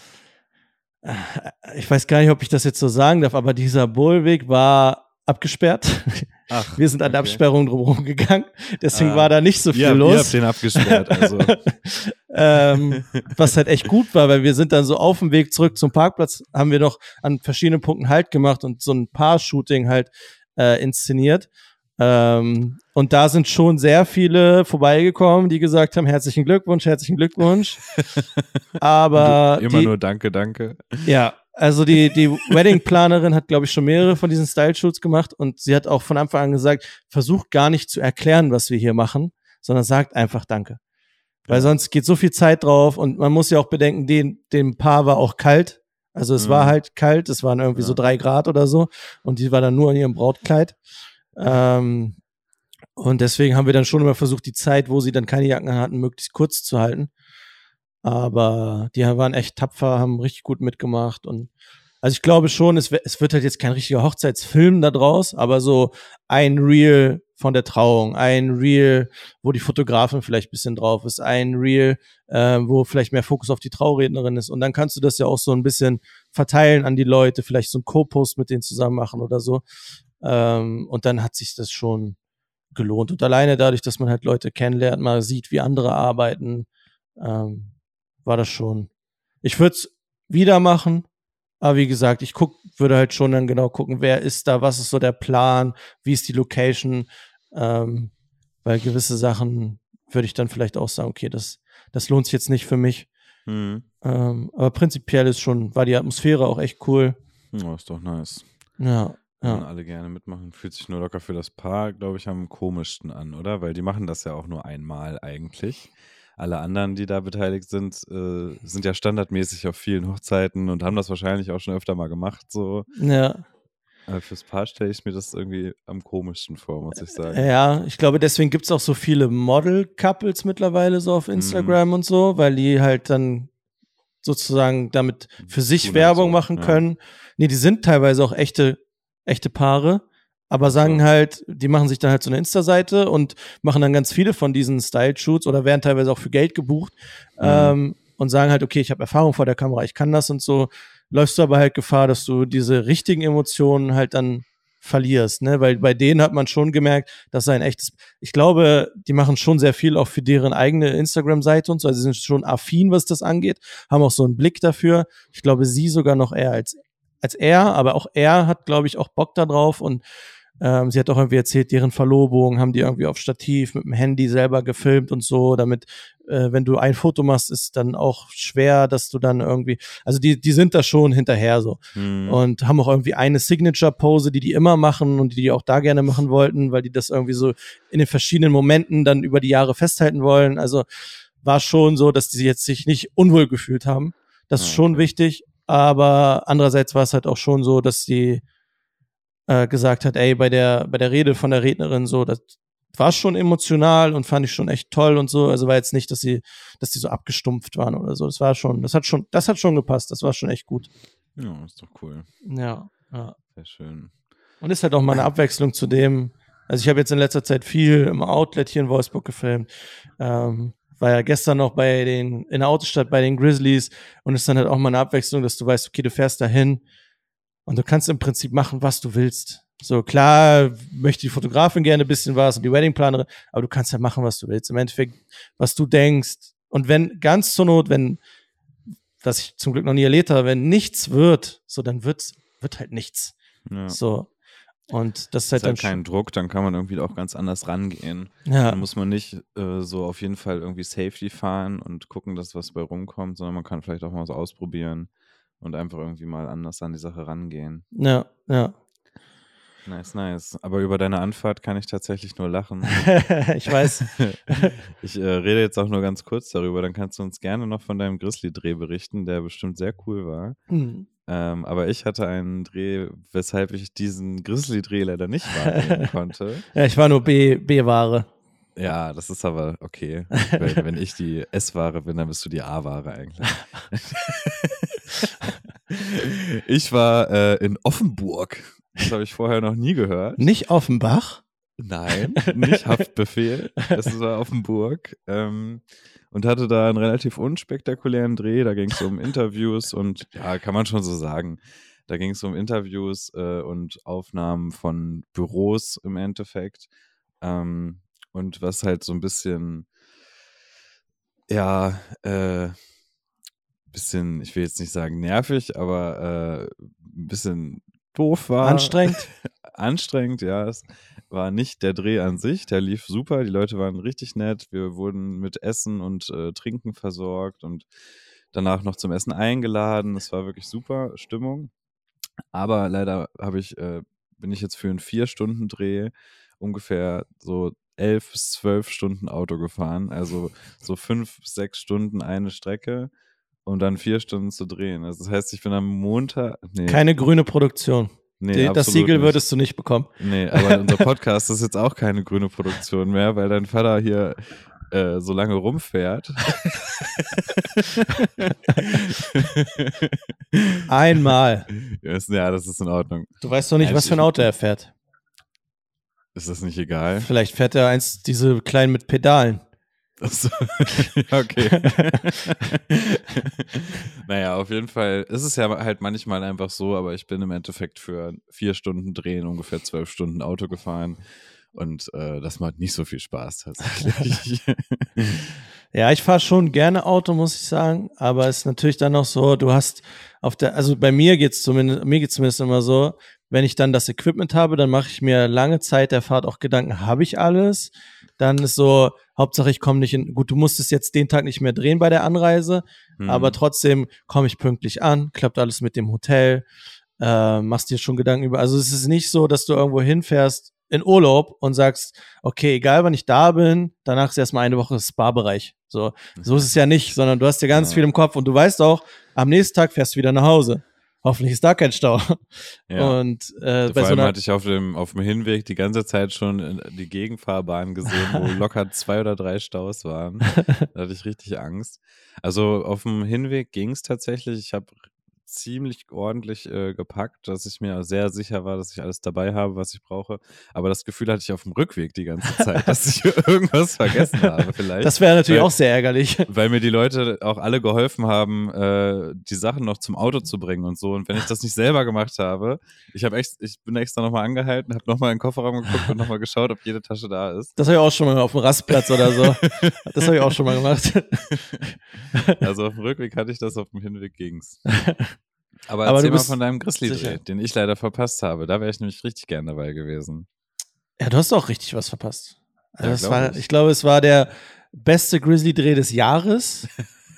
Ich weiß gar nicht, ob ich das jetzt so sagen darf, aber dieser Bohlweg war abgesperrt. Ach, wir sind an der okay. Absperrung drumherum gegangen, deswegen ah, war da nicht so viel ihr, los. Ihr habt den abgesperrt, also. ähm, was halt echt gut war, weil wir sind dann so auf dem Weg zurück zum Parkplatz, haben wir noch an verschiedenen Punkten Halt gemacht und so ein Paar-Shooting halt äh, inszeniert. Ähm, und da sind schon sehr viele vorbeigekommen, die gesagt haben, herzlichen Glückwunsch, herzlichen Glückwunsch. Aber immer die, nur danke, danke. Ja, also die, die Wedding-Planerin hat, glaube ich, schon mehrere von diesen Style-Shoots gemacht und sie hat auch von Anfang an gesagt, versucht gar nicht zu erklären, was wir hier machen, sondern sagt einfach Danke. Weil ja. sonst geht so viel Zeit drauf und man muss ja auch bedenken, den, dem Paar war auch kalt. Also es mhm. war halt kalt, es waren irgendwie ja. so drei Grad oder so und die war dann nur in ihrem Brautkleid. Ähm, und deswegen haben wir dann schon immer versucht, die Zeit, wo sie dann keine Jacken hatten, möglichst kurz zu halten. Aber die waren echt tapfer, haben richtig gut mitgemacht und also ich glaube schon, es, es wird halt jetzt kein richtiger Hochzeitsfilm da draus, aber so ein Reel von der Trauung, ein Reel, wo die Fotografin vielleicht ein bisschen drauf ist, ein Reel, äh, wo vielleicht mehr Fokus auf die Traurednerin ist und dann kannst du das ja auch so ein bisschen verteilen an die Leute, vielleicht so einen Co-Post mit denen zusammen machen oder so. Ähm, und dann hat sich das schon gelohnt. Und alleine dadurch, dass man halt Leute kennenlernt, mal sieht, wie andere arbeiten, ähm, war das schon. Ich würde es wieder machen, Aber wie gesagt, ich guck, würde halt schon dann genau gucken, wer ist da, was ist so der Plan, wie ist die Location, ähm, weil gewisse Sachen würde ich dann vielleicht auch sagen, okay, das, das lohnt sich jetzt nicht für mich. Mhm. Ähm, aber prinzipiell ist schon, war die Atmosphäre auch echt cool. Ja, ist doch nice. Ja, Wollen ja. alle gerne mitmachen. Fühlt sich nur locker für das Paar, glaube ich, am komischsten an, oder? Weil die machen das ja auch nur einmal eigentlich. Alle anderen, die da beteiligt sind, äh, sind ja standardmäßig auf vielen Hochzeiten und haben das wahrscheinlich auch schon öfter mal gemacht. So. Ja, Aber fürs Paar stelle ich mir das irgendwie am komischsten vor, muss ich sagen. ja, ich glaube, deswegen gibt's auch so viele Model-Couples mittlerweile so auf Instagram und so, weil die halt dann sozusagen damit für sich Tun halt Werbung so, machen ja. können. Nee, die sind teilweise auch echte, echte Paare, aber Ach so. sagen halt, die machen sich dann halt so eine Insta-Seite und machen dann ganz viele von diesen Style-Shoots oder werden teilweise auch für Geld gebucht Mhm. ähm, und sagen halt, okay, ich habe Erfahrung vor der Kamera, ich kann das und so. Läufst du aber halt Gefahr, dass du diese richtigen Emotionen halt dann verlierst, ne? Weil bei denen hat man schon gemerkt, dass sei ein echtes, ich glaube, die machen schon sehr viel auch für deren eigene Instagram-Seite und so, also sie sind schon affin, was das angeht, haben auch so einen Blick dafür. Ich glaube, sie sogar noch eher als, als er, aber auch er hat, glaube ich, auch Bock da drauf und ähm, sie hat auch irgendwie erzählt, deren Verlobung haben die irgendwie auf Stativ mit dem Handy selber gefilmt und so, damit, äh, wenn du ein Foto machst, ist dann auch schwer, dass du dann irgendwie, also die, die sind da schon hinterher so Mhm. und haben auch irgendwie eine Signature-Pose, die die immer machen und die die auch da gerne machen wollten, weil die das irgendwie so in den verschiedenen Momenten dann über die Jahre festhalten wollen. Also war schon so, dass die jetzt sich nicht unwohl gefühlt haben. Das ist Ah, schon okay. wichtig, aber andererseits war es halt auch schon so, dass die äh, gesagt hat, ey, bei der, bei der Rede von der Rednerin so, das war schon emotional und fand ich schon echt toll und so. Also war jetzt nicht, dass sie, dass die so abgestumpft waren oder so. Das war schon, das hat schon, das hat schon gepasst. Das war schon echt gut. Ja, ist doch cool. Ja, ja. Sehr schön. Und ist halt auch mal eine Abwechslung zu dem. Also ich habe jetzt in letzter Zeit viel im Outlet hier in Wolfsburg gefilmt. Ähm, war ja gestern noch bei den, in der Autostadt bei den Grizzlies und ist dann halt auch mal eine Abwechslung, dass du weißt, okay, du fährst dahin und du kannst im Prinzip machen, was du willst. So, klar möchte die Fotografin gerne ein bisschen was und die Weddingplanerin, aber du kannst ja machen, was du willst. Im Endeffekt, was du denkst. Und wenn, ganz zur Not, wenn, was ich zum Glück noch nie erlebt habe, wenn nichts wird, so, dann wird's, wird halt nichts. Ja. So. Und das ist halt Ist halt dann kein Druck, dann kann man irgendwie auch ganz anders rangehen. Ja. Dann muss man nicht äh, so auf jeden Fall irgendwie Safety fahren und gucken, dass was bei rumkommt, sondern man kann vielleicht auch mal so ausprobieren und einfach irgendwie mal anders an die Sache rangehen. Ja, ja. Nice, nice. Aber über deine Anfahrt kann ich tatsächlich nur lachen. Ich weiß. Ich äh, rede jetzt auch nur ganz kurz darüber, dann kannst du uns gerne noch von deinem Grizzly-Dreh berichten, der bestimmt sehr cool war. Hm. Ähm, aber ich hatte einen Dreh, weshalb ich diesen Grizzly-Dreh leider nicht wahrnehmen konnte. Ja, ich war nur B, B-Ware. Ja, das ist aber okay. Wenn, wenn ich die S-Ware bin, dann bist du die A-Ware eigentlich. Ich war äh, in Offenburg. Das habe ich vorher noch nie gehört. Nicht Offenbach? Nein, nicht Haftbefehl. Es war Offenburg. Ähm, und hatte da einen relativ unspektakulären Dreh. Da ging es um Interviews und ja, kann man schon so sagen. Da ging es um Interviews äh, und Aufnahmen von Büros im Endeffekt. Ähm, und was halt so ein bisschen, ja, äh, bisschen, ich will jetzt nicht sagen nervig, aber äh, ein bisschen doof war. Anstrengend? Anstrengend, ja. Es war nicht der Dreh an sich, der lief super, die Leute waren richtig nett, wir wurden mit Essen und äh, Trinken versorgt und danach noch zum Essen eingeladen. Es war wirklich super Stimmung. Aber leider habe ich, äh, bin ich jetzt für einen Vier-Stunden-Dreh ungefähr so elf bis zwölf Stunden Auto gefahren. Also so fünf, sechs Stunden eine Strecke, um dann vier Stunden zu drehen. Also das heißt, ich bin am Montag. Nee, Keine grüne Produktion. nee, Die, das absolut Siegel nicht. würdest du nicht bekommen. Nee, aber unser Podcast ist jetzt auch keine grüne Produktion mehr, weil dein Vater hier äh, so lange rumfährt. Einmal. Ja, das ist in Ordnung. Du weißt doch nicht, was für ein Auto er fährt. Ist das nicht egal? Vielleicht fährt er eins, diese kleinen mit Pedalen. Achso, okay. Naja, auf jeden Fall ist es ja halt manchmal einfach so, aber ich bin im Endeffekt für vier Stunden Drehen ungefähr zwölf Stunden Auto gefahren und äh, das macht nicht so viel Spaß tatsächlich. Ja, ich fahre schon gerne Auto, muss ich sagen, aber es ist natürlich dann noch so, du hast auf der, also bei mir geht's zumindest, mir geht's zumindest immer so, wenn ich dann das Equipment habe, dann mache ich mir lange Zeit der Fahrt auch Gedanken, habe ich alles? Dann ist so, Hauptsache ich komme nicht in, gut, du musstest jetzt den Tag nicht mehr drehen bei der Anreise, hm. aber trotzdem komme ich pünktlich an, klappt alles mit dem Hotel, äh, machst dir schon Gedanken über, also es ist nicht so, dass du irgendwo hinfährst in Urlaub und sagst, okay, egal wann ich da bin, danach ist erstmal eine Woche Spa-Bereich. So, so ist es ja nicht, sondern du hast ja ganz ja. viel im Kopf und du weißt auch, am nächsten Tag fährst du wieder nach Hause. Hoffentlich ist da kein Stau. Ja. Und äh, Vor bei allem so einer hatte ich auf dem, auf dem Hinweg die ganze Zeit schon die Gegenfahrbahn gesehen, wo locker zwei oder drei Staus waren. Da hatte ich richtig Angst. Also auf dem Hinweg ging es tatsächlich. Ich habe ziemlich ordentlich äh, gepackt, dass ich mir sehr sicher war, dass ich alles dabei habe, was ich brauche. Aber das Gefühl hatte ich auf dem Rückweg die ganze Zeit, dass ich irgendwas vergessen habe vielleicht. Das wäre natürlich weil, auch sehr ärgerlich. Weil mir die Leute auch alle geholfen haben, äh, die Sachen noch zum Auto zu bringen und so. Und wenn ich das nicht selber gemacht habe, ich habe echt, ich bin extra nochmal angehalten, habe nochmal in den Kofferraum geguckt und nochmal geschaut, ob jede Tasche da ist. Das habe ich auch schon mal auf dem Rastplatz oder so. Das habe ich auch schon mal gemacht. Also auf dem Rückweg hatte ich das, auf dem Hinweg ging's. Aber, Aber erzähl du bist mal von deinem Grizzly-Dreh, den ich leider verpasst habe. Da wäre ich nämlich richtig gern dabei gewesen. Ja, du hast auch richtig was verpasst. Also Ja, das glaub war, ich. ich glaube, es war der beste Grizzly-Dreh des Jahres.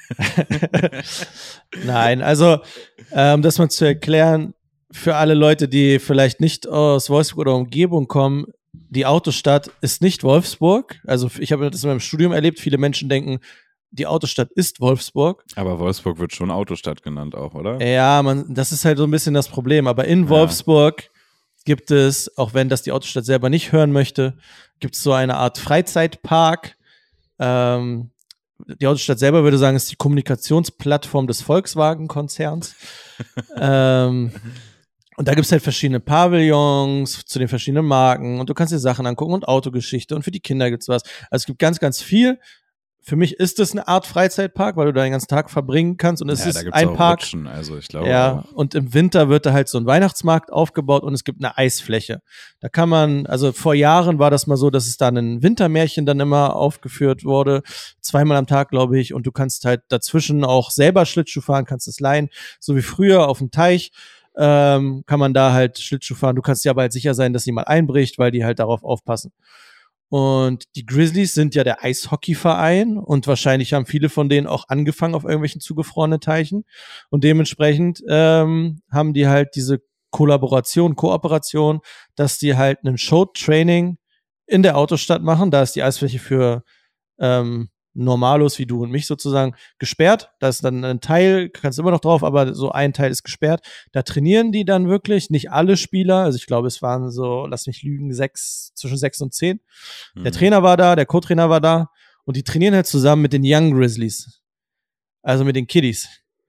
Nein, also, ähm, das mal zu erklären, für alle Leute, die vielleicht nicht aus Wolfsburg oder Umgebung kommen, die Autostadt ist nicht Wolfsburg. Also ich habe das in meinem Studium erlebt, viele Menschen denken, die Autostadt ist Wolfsburg. Aber Wolfsburg wird schon Autostadt genannt auch, oder? Ja, man, das ist halt so ein bisschen das Problem. Aber in Ja. Wolfsburg gibt es, auch wenn das die Autostadt selber nicht hören möchte, gibt es so eine Art Freizeitpark. Ähm, die Autostadt selber würde sagen, ist die Kommunikationsplattform des Volkswagen-Konzerns. ähm, und da gibt es halt verschiedene Pavillons zu den verschiedenen Marken und du kannst dir Sachen angucken und Autogeschichte und für die Kinder gibt's was. Also es gibt ganz, ganz viel. Für mich ist es eine Art Freizeitpark, weil du da den ganzen Tag verbringen kannst und es ja, ist da gibt's ein auch Park. Rutschen, also ich glaube Ja, auch. und im Winter wird da halt so ein Weihnachtsmarkt aufgebaut und es gibt eine Eisfläche. Da kann man, also vor Jahren war das mal so, dass es da ein Wintermärchen dann immer aufgeführt wurde, zweimal am Tag, glaube ich, und du kannst halt dazwischen auch selber Schlittschuh fahren, kannst es leihen, so wie früher auf dem Teich. Ähm, kann man da halt Schlittschuh fahren. Du kannst dir aber halt sicher sein, dass niemand einbricht, weil die halt darauf aufpassen. Und die Grizzlies sind ja der Eishockeyverein und wahrscheinlich haben viele von denen auch angefangen auf irgendwelchen zugefrorenen Teichen. Und dementsprechend ähm, haben die halt diese Kollaboration, Kooperation, dass die halt einen Show-Training in der Autostadt machen. Da ist die Eisfläche für ähm, Normalos wie du und mich sozusagen gesperrt. Da ist dann ein Teil, kannst immer noch drauf, aber so ein Teil ist gesperrt. Da trainieren die dann wirklich, nicht alle Spieler. Also ich glaube, es waren so, lass mich lügen, sechs, zwischen sechs und zehn. Mhm. Der Trainer war da, der Co-Trainer war da und die trainieren halt zusammen mit den Young Grizzlies. Also mit den Kiddies.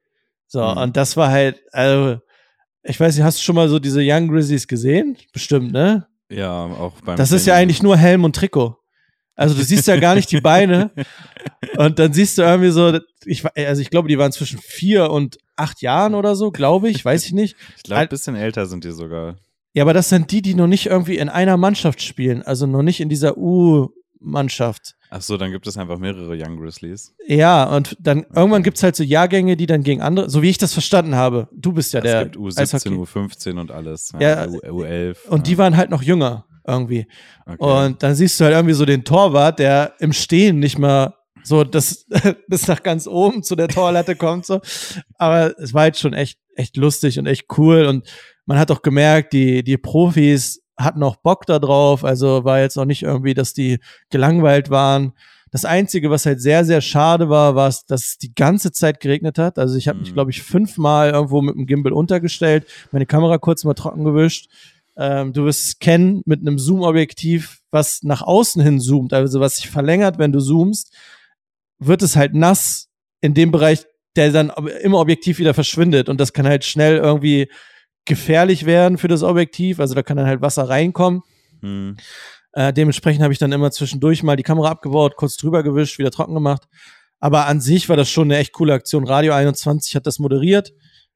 So, mhm. Und das war halt, also, ich weiß nicht, hast du schon mal so diese Young Grizzlies gesehen? Bestimmt, ne? Ja, auch beim Das ist ja eigentlich nur Helm und Trikot. Also du siehst ja gar nicht die Beine und dann siehst du irgendwie so, ich, also ich glaube, die waren zwischen vier und acht Jahren oder so, glaube ich, weiß ich nicht. Ich glaube, ein bisschen älter sind die sogar. Ja, aber das sind die, die noch nicht irgendwie in einer Mannschaft spielen, also noch nicht in dieser U-Mannschaft. Ach so, dann gibt es einfach mehrere Young Grizzlies. Ja, und dann okay. Irgendwann gibt es halt so Jahrgänge, die dann gegen andere, so wie ich das verstanden habe. Du bist ja es der Es gibt U siebzehn, U fünfzehn und alles. Ja, ja U elf. Und ja. die waren halt noch jünger. Irgendwie. Okay. Und dann siehst du halt irgendwie so den Torwart, der im Stehen nicht mal so das, bis nach ganz oben zu der Torlatte kommt. So. Aber es war halt schon echt, echt lustig und echt cool. Und man hat auch gemerkt, die, die Profis hatten auch Bock da drauf. Also war jetzt auch nicht irgendwie, dass die gelangweilt waren. Das Einzige, was halt sehr, sehr schade war, war, dass es die ganze Zeit geregnet hat. Also ich habe mich, glaube ich, fünfmal irgendwo mit dem Gimbal untergestellt, meine Kamera kurz mal trocken gewischt. Ähm, du wirst es kennen mit einem Zoom-Objektiv, was nach außen hin zoomt, also was sich verlängert, wenn du zoomst, wird es halt nass in dem Bereich, der dann im Objektiv wieder verschwindet und das kann halt schnell irgendwie gefährlich werden für das Objektiv, also da kann dann halt Wasser reinkommen. Hm. Äh, dementsprechend habe ich dann immer zwischendurch mal die Kamera abgebaut, kurz drüber gewischt, wieder trocken gemacht. Aber an sich war das schon eine echt coole Aktion. Radio einundzwanzig hat das moderiert.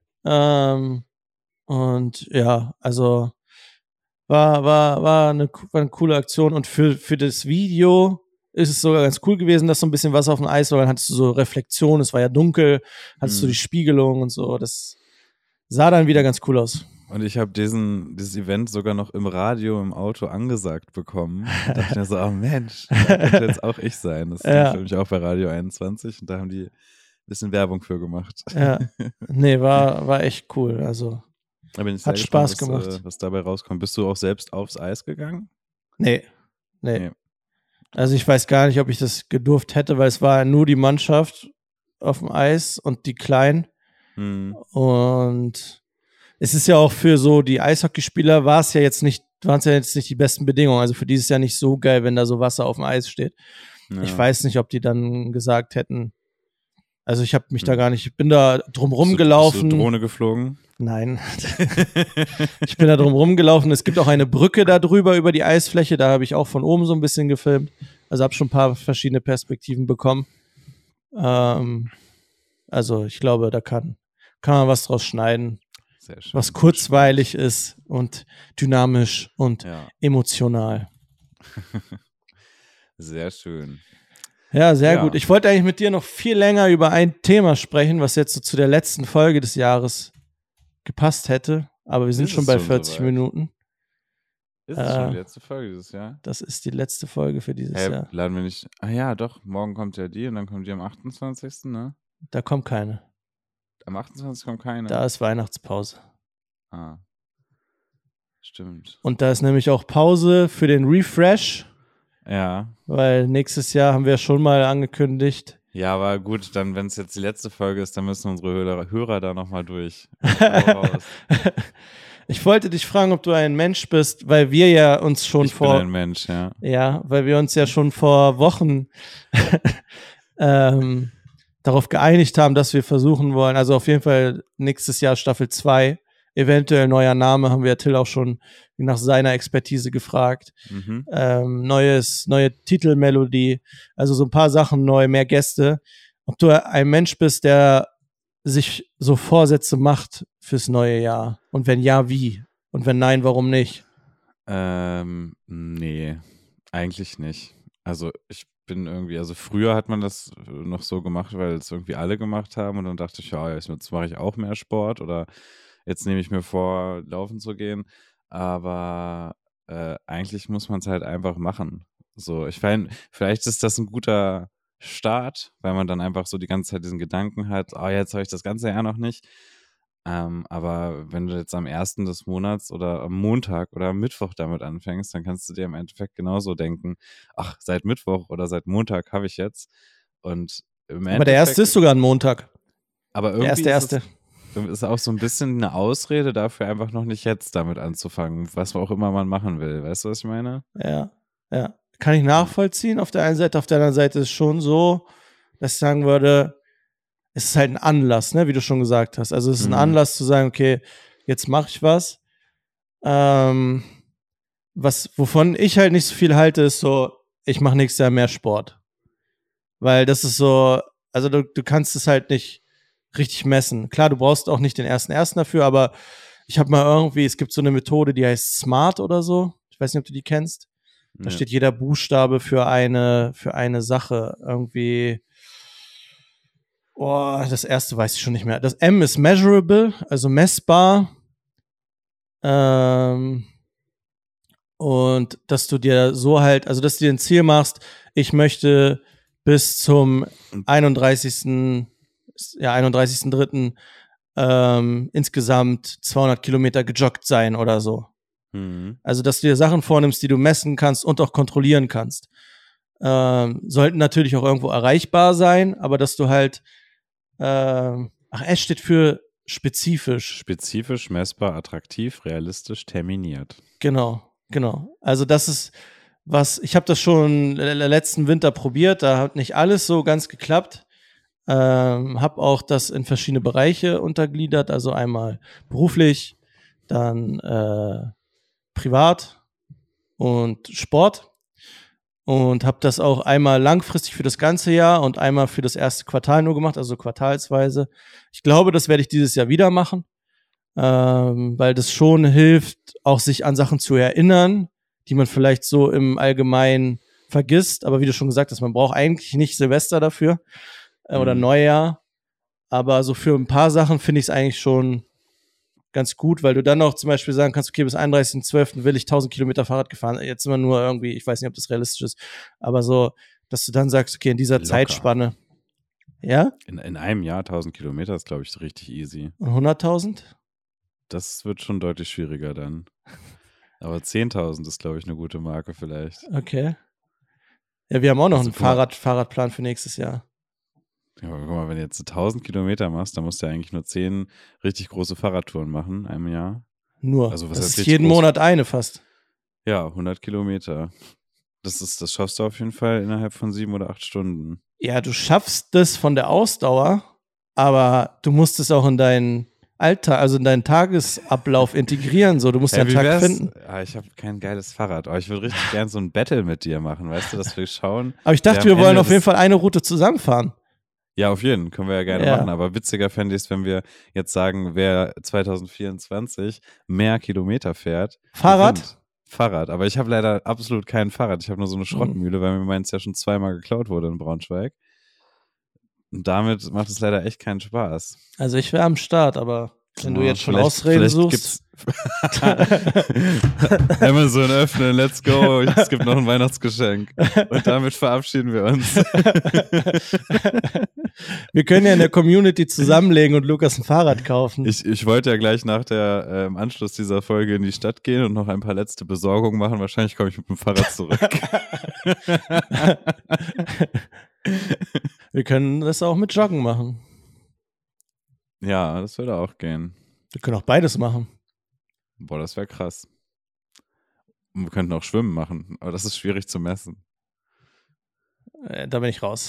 Ähm, und ja, also War, war, war, eine, war eine coole Aktion und für, für das Video ist es sogar ganz cool gewesen, dass so ein bisschen Wasser auf dem Eis war. Dann hattest du so Reflexion, es war ja dunkel, hattest du Mhm. die Spiegelung und so. Das sah dann wieder ganz cool aus. Und ich habe diesen dieses Event sogar noch im Radio, im Auto angesagt bekommen. Und dachte mir so, oh Mensch, das könnte jetzt auch ich sein. Das Ja. lief nämlich auch bei Radio einundzwanzig und da haben die ein bisschen Werbung für gemacht. Ja, nee, war, war echt cool. Also, Da bin ich Hat sehr Spaß gespannt, was, gemacht. äh, was dabei rauskommt. Bist du auch selbst aufs Eis gegangen? nee, nee. Nee. Also ich weiß gar nicht, ob ich das gedurft hätte, weil es war nur die Mannschaft auf dem Eis und die Kleinen. Hm. Und es ist ja auch für so die Eishockeyspieler war es ja jetzt nicht, waren es ja jetzt nicht die besten Bedingungen. Also für die ist es ja nicht so geil, wenn da so Wasser auf dem Eis steht. Ja. Ich weiß nicht, ob die dann gesagt hätten. Also ich habe mich da Hm. gar nicht, ich bin da drumrum Bist du- gelaufen. Bist du Drohne geflogen? Nein. Ich bin da drum rumgelaufen. Es gibt auch eine Brücke da drüber über die Eisfläche. Da habe ich auch von oben so ein bisschen gefilmt. Also habe schon ein paar verschiedene Perspektiven bekommen. Ähm, also ich glaube, da kann, kann man was draus schneiden, Sehr schön. was kurzweilig ist und dynamisch und Ja, emotional. sehr schön. Ja, sehr Ja. gut. Ich wollte eigentlich mit dir noch viel länger über ein Thema sprechen, was jetzt so zu der letzten Folge des Jahres gepasst hätte. Aber wir sind Ist schon es bei schon vierzig soweit? Minuten. Ist es schon Äh, die letzte Folge dieses Jahr? Das ist die letzte Folge für dieses Hä, Jahr. laden wir nicht. Ah ja, doch, morgen kommt ja die und dann kommt die am achtundzwanzigsten ne? Da kommt keine. Am achtundzwanzigsten kommt keine. Da ist Weihnachtspause. Ah. Stimmt. Und da ist nämlich auch Pause für den Refresh, Ja. weil nächstes Jahr haben wir schon mal angekündigt. Ja, aber gut, dann, wenn es jetzt die letzte Folge ist, dann müssen unsere Hörer, Hörer da nochmal durch. Hau raus. Ich wollte dich fragen, ob du ein Mensch bist, weil wir ja uns schon Ich bin vor ein Mensch, ja. ja, weil wir uns ja schon vor Wochen ähm, darauf geeinigt haben, dass wir versuchen wollen, also auf jeden Fall nächstes Jahr Staffel zwei, eventuell neuer Name, haben wir ja Till auch schon nach seiner Expertise gefragt. Mhm. Ähm, neues, neue Titelmelodie, also so ein paar Sachen neu, mehr Gäste. Ob du ein Mensch bist, der sich so Vorsätze macht fürs neue Jahr? Und wenn ja, wie? Und wenn nein, warum nicht? Ähm, nee, eigentlich nicht. Also ich bin irgendwie, also früher hat man das noch so gemacht, weil es irgendwie alle gemacht haben und dann dachte ich, ja, jetzt mache ich auch mehr Sport oder jetzt nehme ich mir vor, laufen zu gehen. Aber äh, eigentlich muss man es halt einfach machen. So, ich meine, vielleicht ist das ein guter Start, weil man dann einfach so die ganze Zeit diesen Gedanken hat, oh, jetzt habe ich das ganze Jahr noch nicht. Ähm, aber wenn du jetzt am ersten des Monats oder am Montag oder am Mittwoch damit anfängst, dann kannst du dir im Endeffekt genauso denken, ach, seit Mittwoch oder seit Montag habe ich jetzt. Und im Aber der erste ist sogar ein Montag. aber Der irgendwie erste, ist erste. es ist auch so ein bisschen eine Ausrede dafür, einfach noch nicht jetzt damit anzufangen, was auch immer man machen will. Weißt du, was ich meine? Ja, ja. Kann ich nachvollziehen auf der einen Seite. Auf der anderen Seite ist es schon so, dass ich sagen würde, es ist halt ein Anlass, ne, wie du schon gesagt hast. Also es ist ein Mhm. Anlass zu sagen, okay, jetzt mache ich was. Ähm, was, wovon ich halt nicht so viel halte, ist so, ich mache nächstes Jahr mehr Sport. Weil das ist so, also du, du kannst es halt nicht richtig messen. Klar, du brauchst auch nicht den ersten ersten dafür, aber ich habe mal irgendwie, es gibt so eine Methode, die heißt SMART oder so. Ich weiß nicht, ob du die kennst. Da Ja. steht jeder Buchstabe für eine, für eine Sache. Irgendwie, oh, das erste weiß ich schon nicht mehr. Das M ist measurable, also messbar. Ähm, und dass du dir so halt, also dass du dir ein Ziel machst, ich möchte bis zum einunddreißigsten ja, einunddreißigsten dritten ähm, insgesamt zweihundert Kilometer gejoggt sein oder so. Mhm. Also, dass du dir Sachen vornimmst, die du messen kannst und auch kontrollieren kannst. Ähm, sollten natürlich auch irgendwo erreichbar sein, aber dass du halt, ähm, ach, S steht für spezifisch. Spezifisch, messbar, attraktiv, realistisch, terminiert. Genau, genau. Also das ist was, ich habe das schon l- letzten Winter probiert, da hat nicht alles so ganz geklappt. Ähm, habe auch das in verschiedene Bereiche untergliedert, also einmal beruflich, dann äh, privat und Sport und habe das auch einmal langfristig für das ganze Jahr und einmal für das erste Quartal nur gemacht, also quartalsweise. Ich glaube, das werde ich dieses Jahr wieder machen, ähm, weil das schon hilft, auch sich an Sachen zu erinnern, die man vielleicht so im Allgemeinen vergisst. Aber wie du schon gesagt hast, man braucht eigentlich nicht Silvester dafür äh, oder Mhm. Neujahr. Aber so für ein paar Sachen finde ich es eigentlich schon ganz gut, weil du dann auch zum Beispiel sagen kannst, okay, bis einunddreißigsten zwölften will ich tausend Kilometer Fahrrad gefahren. Jetzt immer nur irgendwie, ich weiß nicht, ob das realistisch ist, aber so, dass du dann sagst, okay, in dieser Locker. Zeitspanne, ja, In, in einem Jahr tausend Kilometer ist, glaube ich, richtig easy. und hunderttausend? Das wird schon deutlich schwieriger dann. Aber zehntausend ist, glaube ich, eine gute Marke vielleicht. Okay. Ja, wir haben auch noch Also, einen guck mal. Fahrrad, Fahrradplan für nächstes Jahr. Ja, aber guck mal, wenn du jetzt tausend Kilometer machst, dann musst du ja eigentlich nur zehn richtig große Fahrradtouren machen in einem Jahr. Nur. Also, was das heißt ist richtig jeden groß? Monat eine fast. Ja, hundert Kilometer. Das ist, das schaffst du auf jeden Fall innerhalb von sieben oder acht Stunden. Ja, du schaffst das von der Ausdauer, aber du musst es auch in deinen Alltag, also in deinen Tagesablauf integrieren. So, du musst Hey, deinen wie Tag wär's? finden. Ah, ich habe kein geiles Fahrrad, aber ich würde richtig gern so ein Battle mit dir machen, weißt du, dass wir schauen. Aber ich dachte, wer wir am wollen Ende auf jeden des- Fall eine Route zusammenfahren. Ja, auf jeden, können wir ja gerne Ja. machen, aber witziger fände ich es, wenn wir jetzt sagen, wer zwanzig vierundzwanzig mehr Kilometer fährt. Fahrrad? gewinnt. Fahrrad, aber ich habe leider absolut kein Fahrrad. Ich habe nur so eine Schrottmühle, weil mir meins ja schon zweimal geklaut wurde in Braunschweig. Und damit macht es leider echt keinen Spaß. Also ich wäre am Start, aber wenn du Ja, jetzt schon vielleicht- Ausreden vielleicht suchst. gibt's Amazon öffnen, let's go. Es gibt noch ein Weihnachtsgeschenk. Und damit verabschieden wir uns. Wir können ja in der Community zusammenlegen und Lukas ein Fahrrad kaufen. Ich, ich wollte ja gleich nach der äh, im Anschluss dieser Folge in die Stadt gehen und noch ein paar letzte Besorgungen machen. Wahrscheinlich komme ich mit dem Fahrrad zurück. Wir können das auch mit Joggen machen. Ja, das würde auch gehen. Wir können auch beides machen. Boah, das wäre krass. Und wir könnten auch Schwimmen machen, aber das ist schwierig zu messen. Äh, da bin ich raus.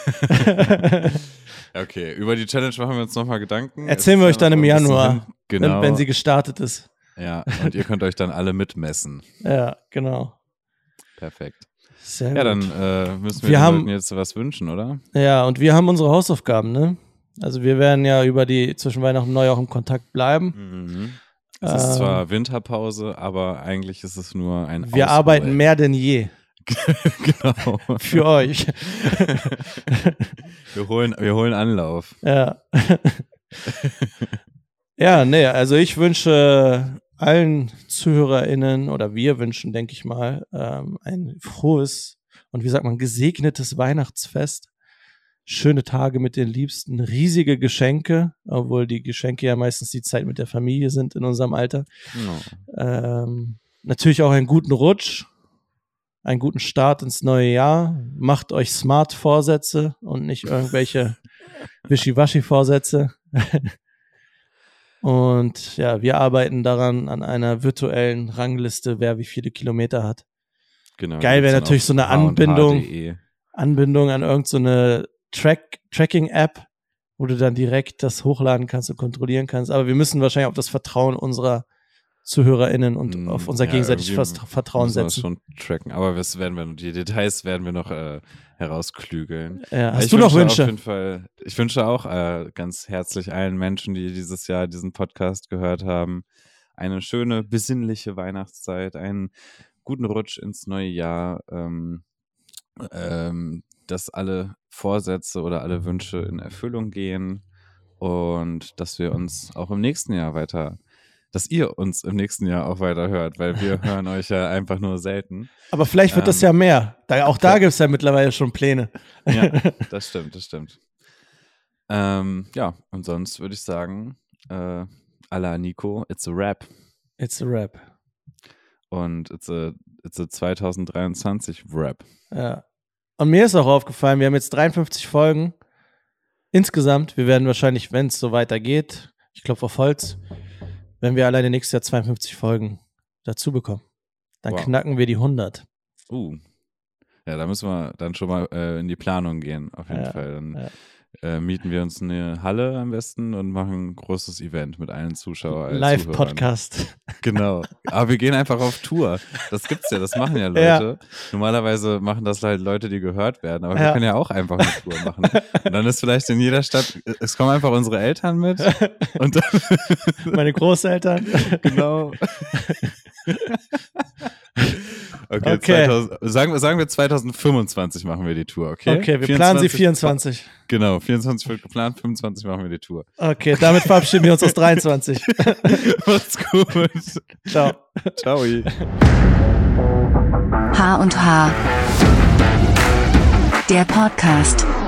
Okay, über die Challenge machen wir uns nochmal Gedanken. Erzählen Es wir ist euch dann ja im noch ein bisschen Januar, hin. Genau. wenn, wenn sie gestartet ist. Ja, und ihr könnt euch dann alle mitmessen. Ja, genau. Perfekt. Sehr Ja, gut. dann äh, müssen wir, Wir den haben- Leuten jetzt was wünschen, oder? Ja, und wir haben unsere Hausaufgaben, ne? Also wir werden ja über die zwischen Weihnachten und Neujahr auch im Kontakt bleiben. Mhm. Es ist Ähm, zwar Winterpause, aber eigentlich ist es nur ein Wir Ausruhe. arbeiten mehr denn je Genau. für euch. Wir holen, wir holen Anlauf. Ja. Ja, nee, also ich wünsche allen ZuhörerInnen oder wir wünschen, denke ich mal, ähm, ein frohes und wie sagt man, gesegnetes Weihnachtsfest. Schöne Tage mit den Liebsten, riesige Geschenke, obwohl die Geschenke ja meistens die Zeit mit der Familie sind in unserem Alter. Ja. Ähm, natürlich auch einen guten Rutsch, einen guten Start ins neue Jahr. Macht euch Smart-Vorsätze und nicht irgendwelche Wischiwaschi-Vorsätze. Und ja, wir arbeiten daran an einer virtuellen Rangliste, wer wie viele Kilometer hat. Genau, Geil wäre gibt's dann natürlich auf so eine h und h Anbindung. punkt de. Anbindung an irgendeine so Track Tracking-App, wo du dann direkt das hochladen kannst und kontrollieren kannst. Aber wir müssen wahrscheinlich auf das Vertrauen unserer ZuhörerInnen und Mm, auf unser ja, gegenseitiges irgendwie Vert- Vertrauen Müssen wir das setzen. schon tracken. Aber das werden wir, die Details werden wir noch äh, herausklügeln. Ja, hast ich du noch wünsche Wünsche? Auf jeden Fall, ich wünsche auch äh, ganz herzlich allen Menschen, die dieses Jahr diesen Podcast gehört haben, eine schöne, besinnliche Weihnachtszeit, einen guten Rutsch ins neue Jahr, ähm, ähm, dass alle Vorsätze oder alle Wünsche in Erfüllung gehen und dass wir uns auch im nächsten Jahr weiter, dass ihr uns im nächsten Jahr auch weiter hört, weil wir hören euch ja einfach nur selten. Aber vielleicht wird das Ähm, ja mehr. Da, auch da gibt es ja mittlerweile schon Pläne. Ja, das stimmt, das stimmt. Ähm, ja, und sonst würde ich sagen, äh, à la Nico, it's a rap. It's a rap. Und it's a, it's a zwanzig dreiundzwanzig Rap. Ja. Und mir ist auch aufgefallen, wir haben jetzt dreiundfünfzig Folgen insgesamt. Wir werden wahrscheinlich, wenn es so weitergeht, ich klopfe auf Holz, wenn wir alleine nächstes Jahr zweiundfünfzig Folgen dazu bekommen, dann Wow. knacken wir die hundert. Uh. Ja, da müssen wir dann schon mal äh, in die Planung gehen, auf jeden Ja, Fall. Dann ja. äh, mieten wir uns eine Halle am besten und machen ein großes Event mit allen Zuschauern. Äh, Live-Podcast. Genau. Aber wir gehen einfach auf Tour. Das gibt's ja, das machen ja Leute. Ja. Normalerweise machen das halt Leute, die gehört werden. Aber Ja. wir können ja auch einfach eine Tour machen. Und dann ist vielleicht in jeder Stadt, es kommen einfach unsere Eltern mit. Und dann, Meine Großeltern. genau. Okay, Okay. zweitausend, sagen, wir, sagen wir zwanzig fünfundzwanzig machen wir die Tour, okay? Okay, wir planen sie vierundzwanzig. Genau, vierundzwanzig wird geplant, fünfundzwanzig machen wir die Tour. Okay, damit verabschieden wir uns aus dreiundzwanzig. Macht's gut. Ciao. Ciao. H und H. Der Podcast.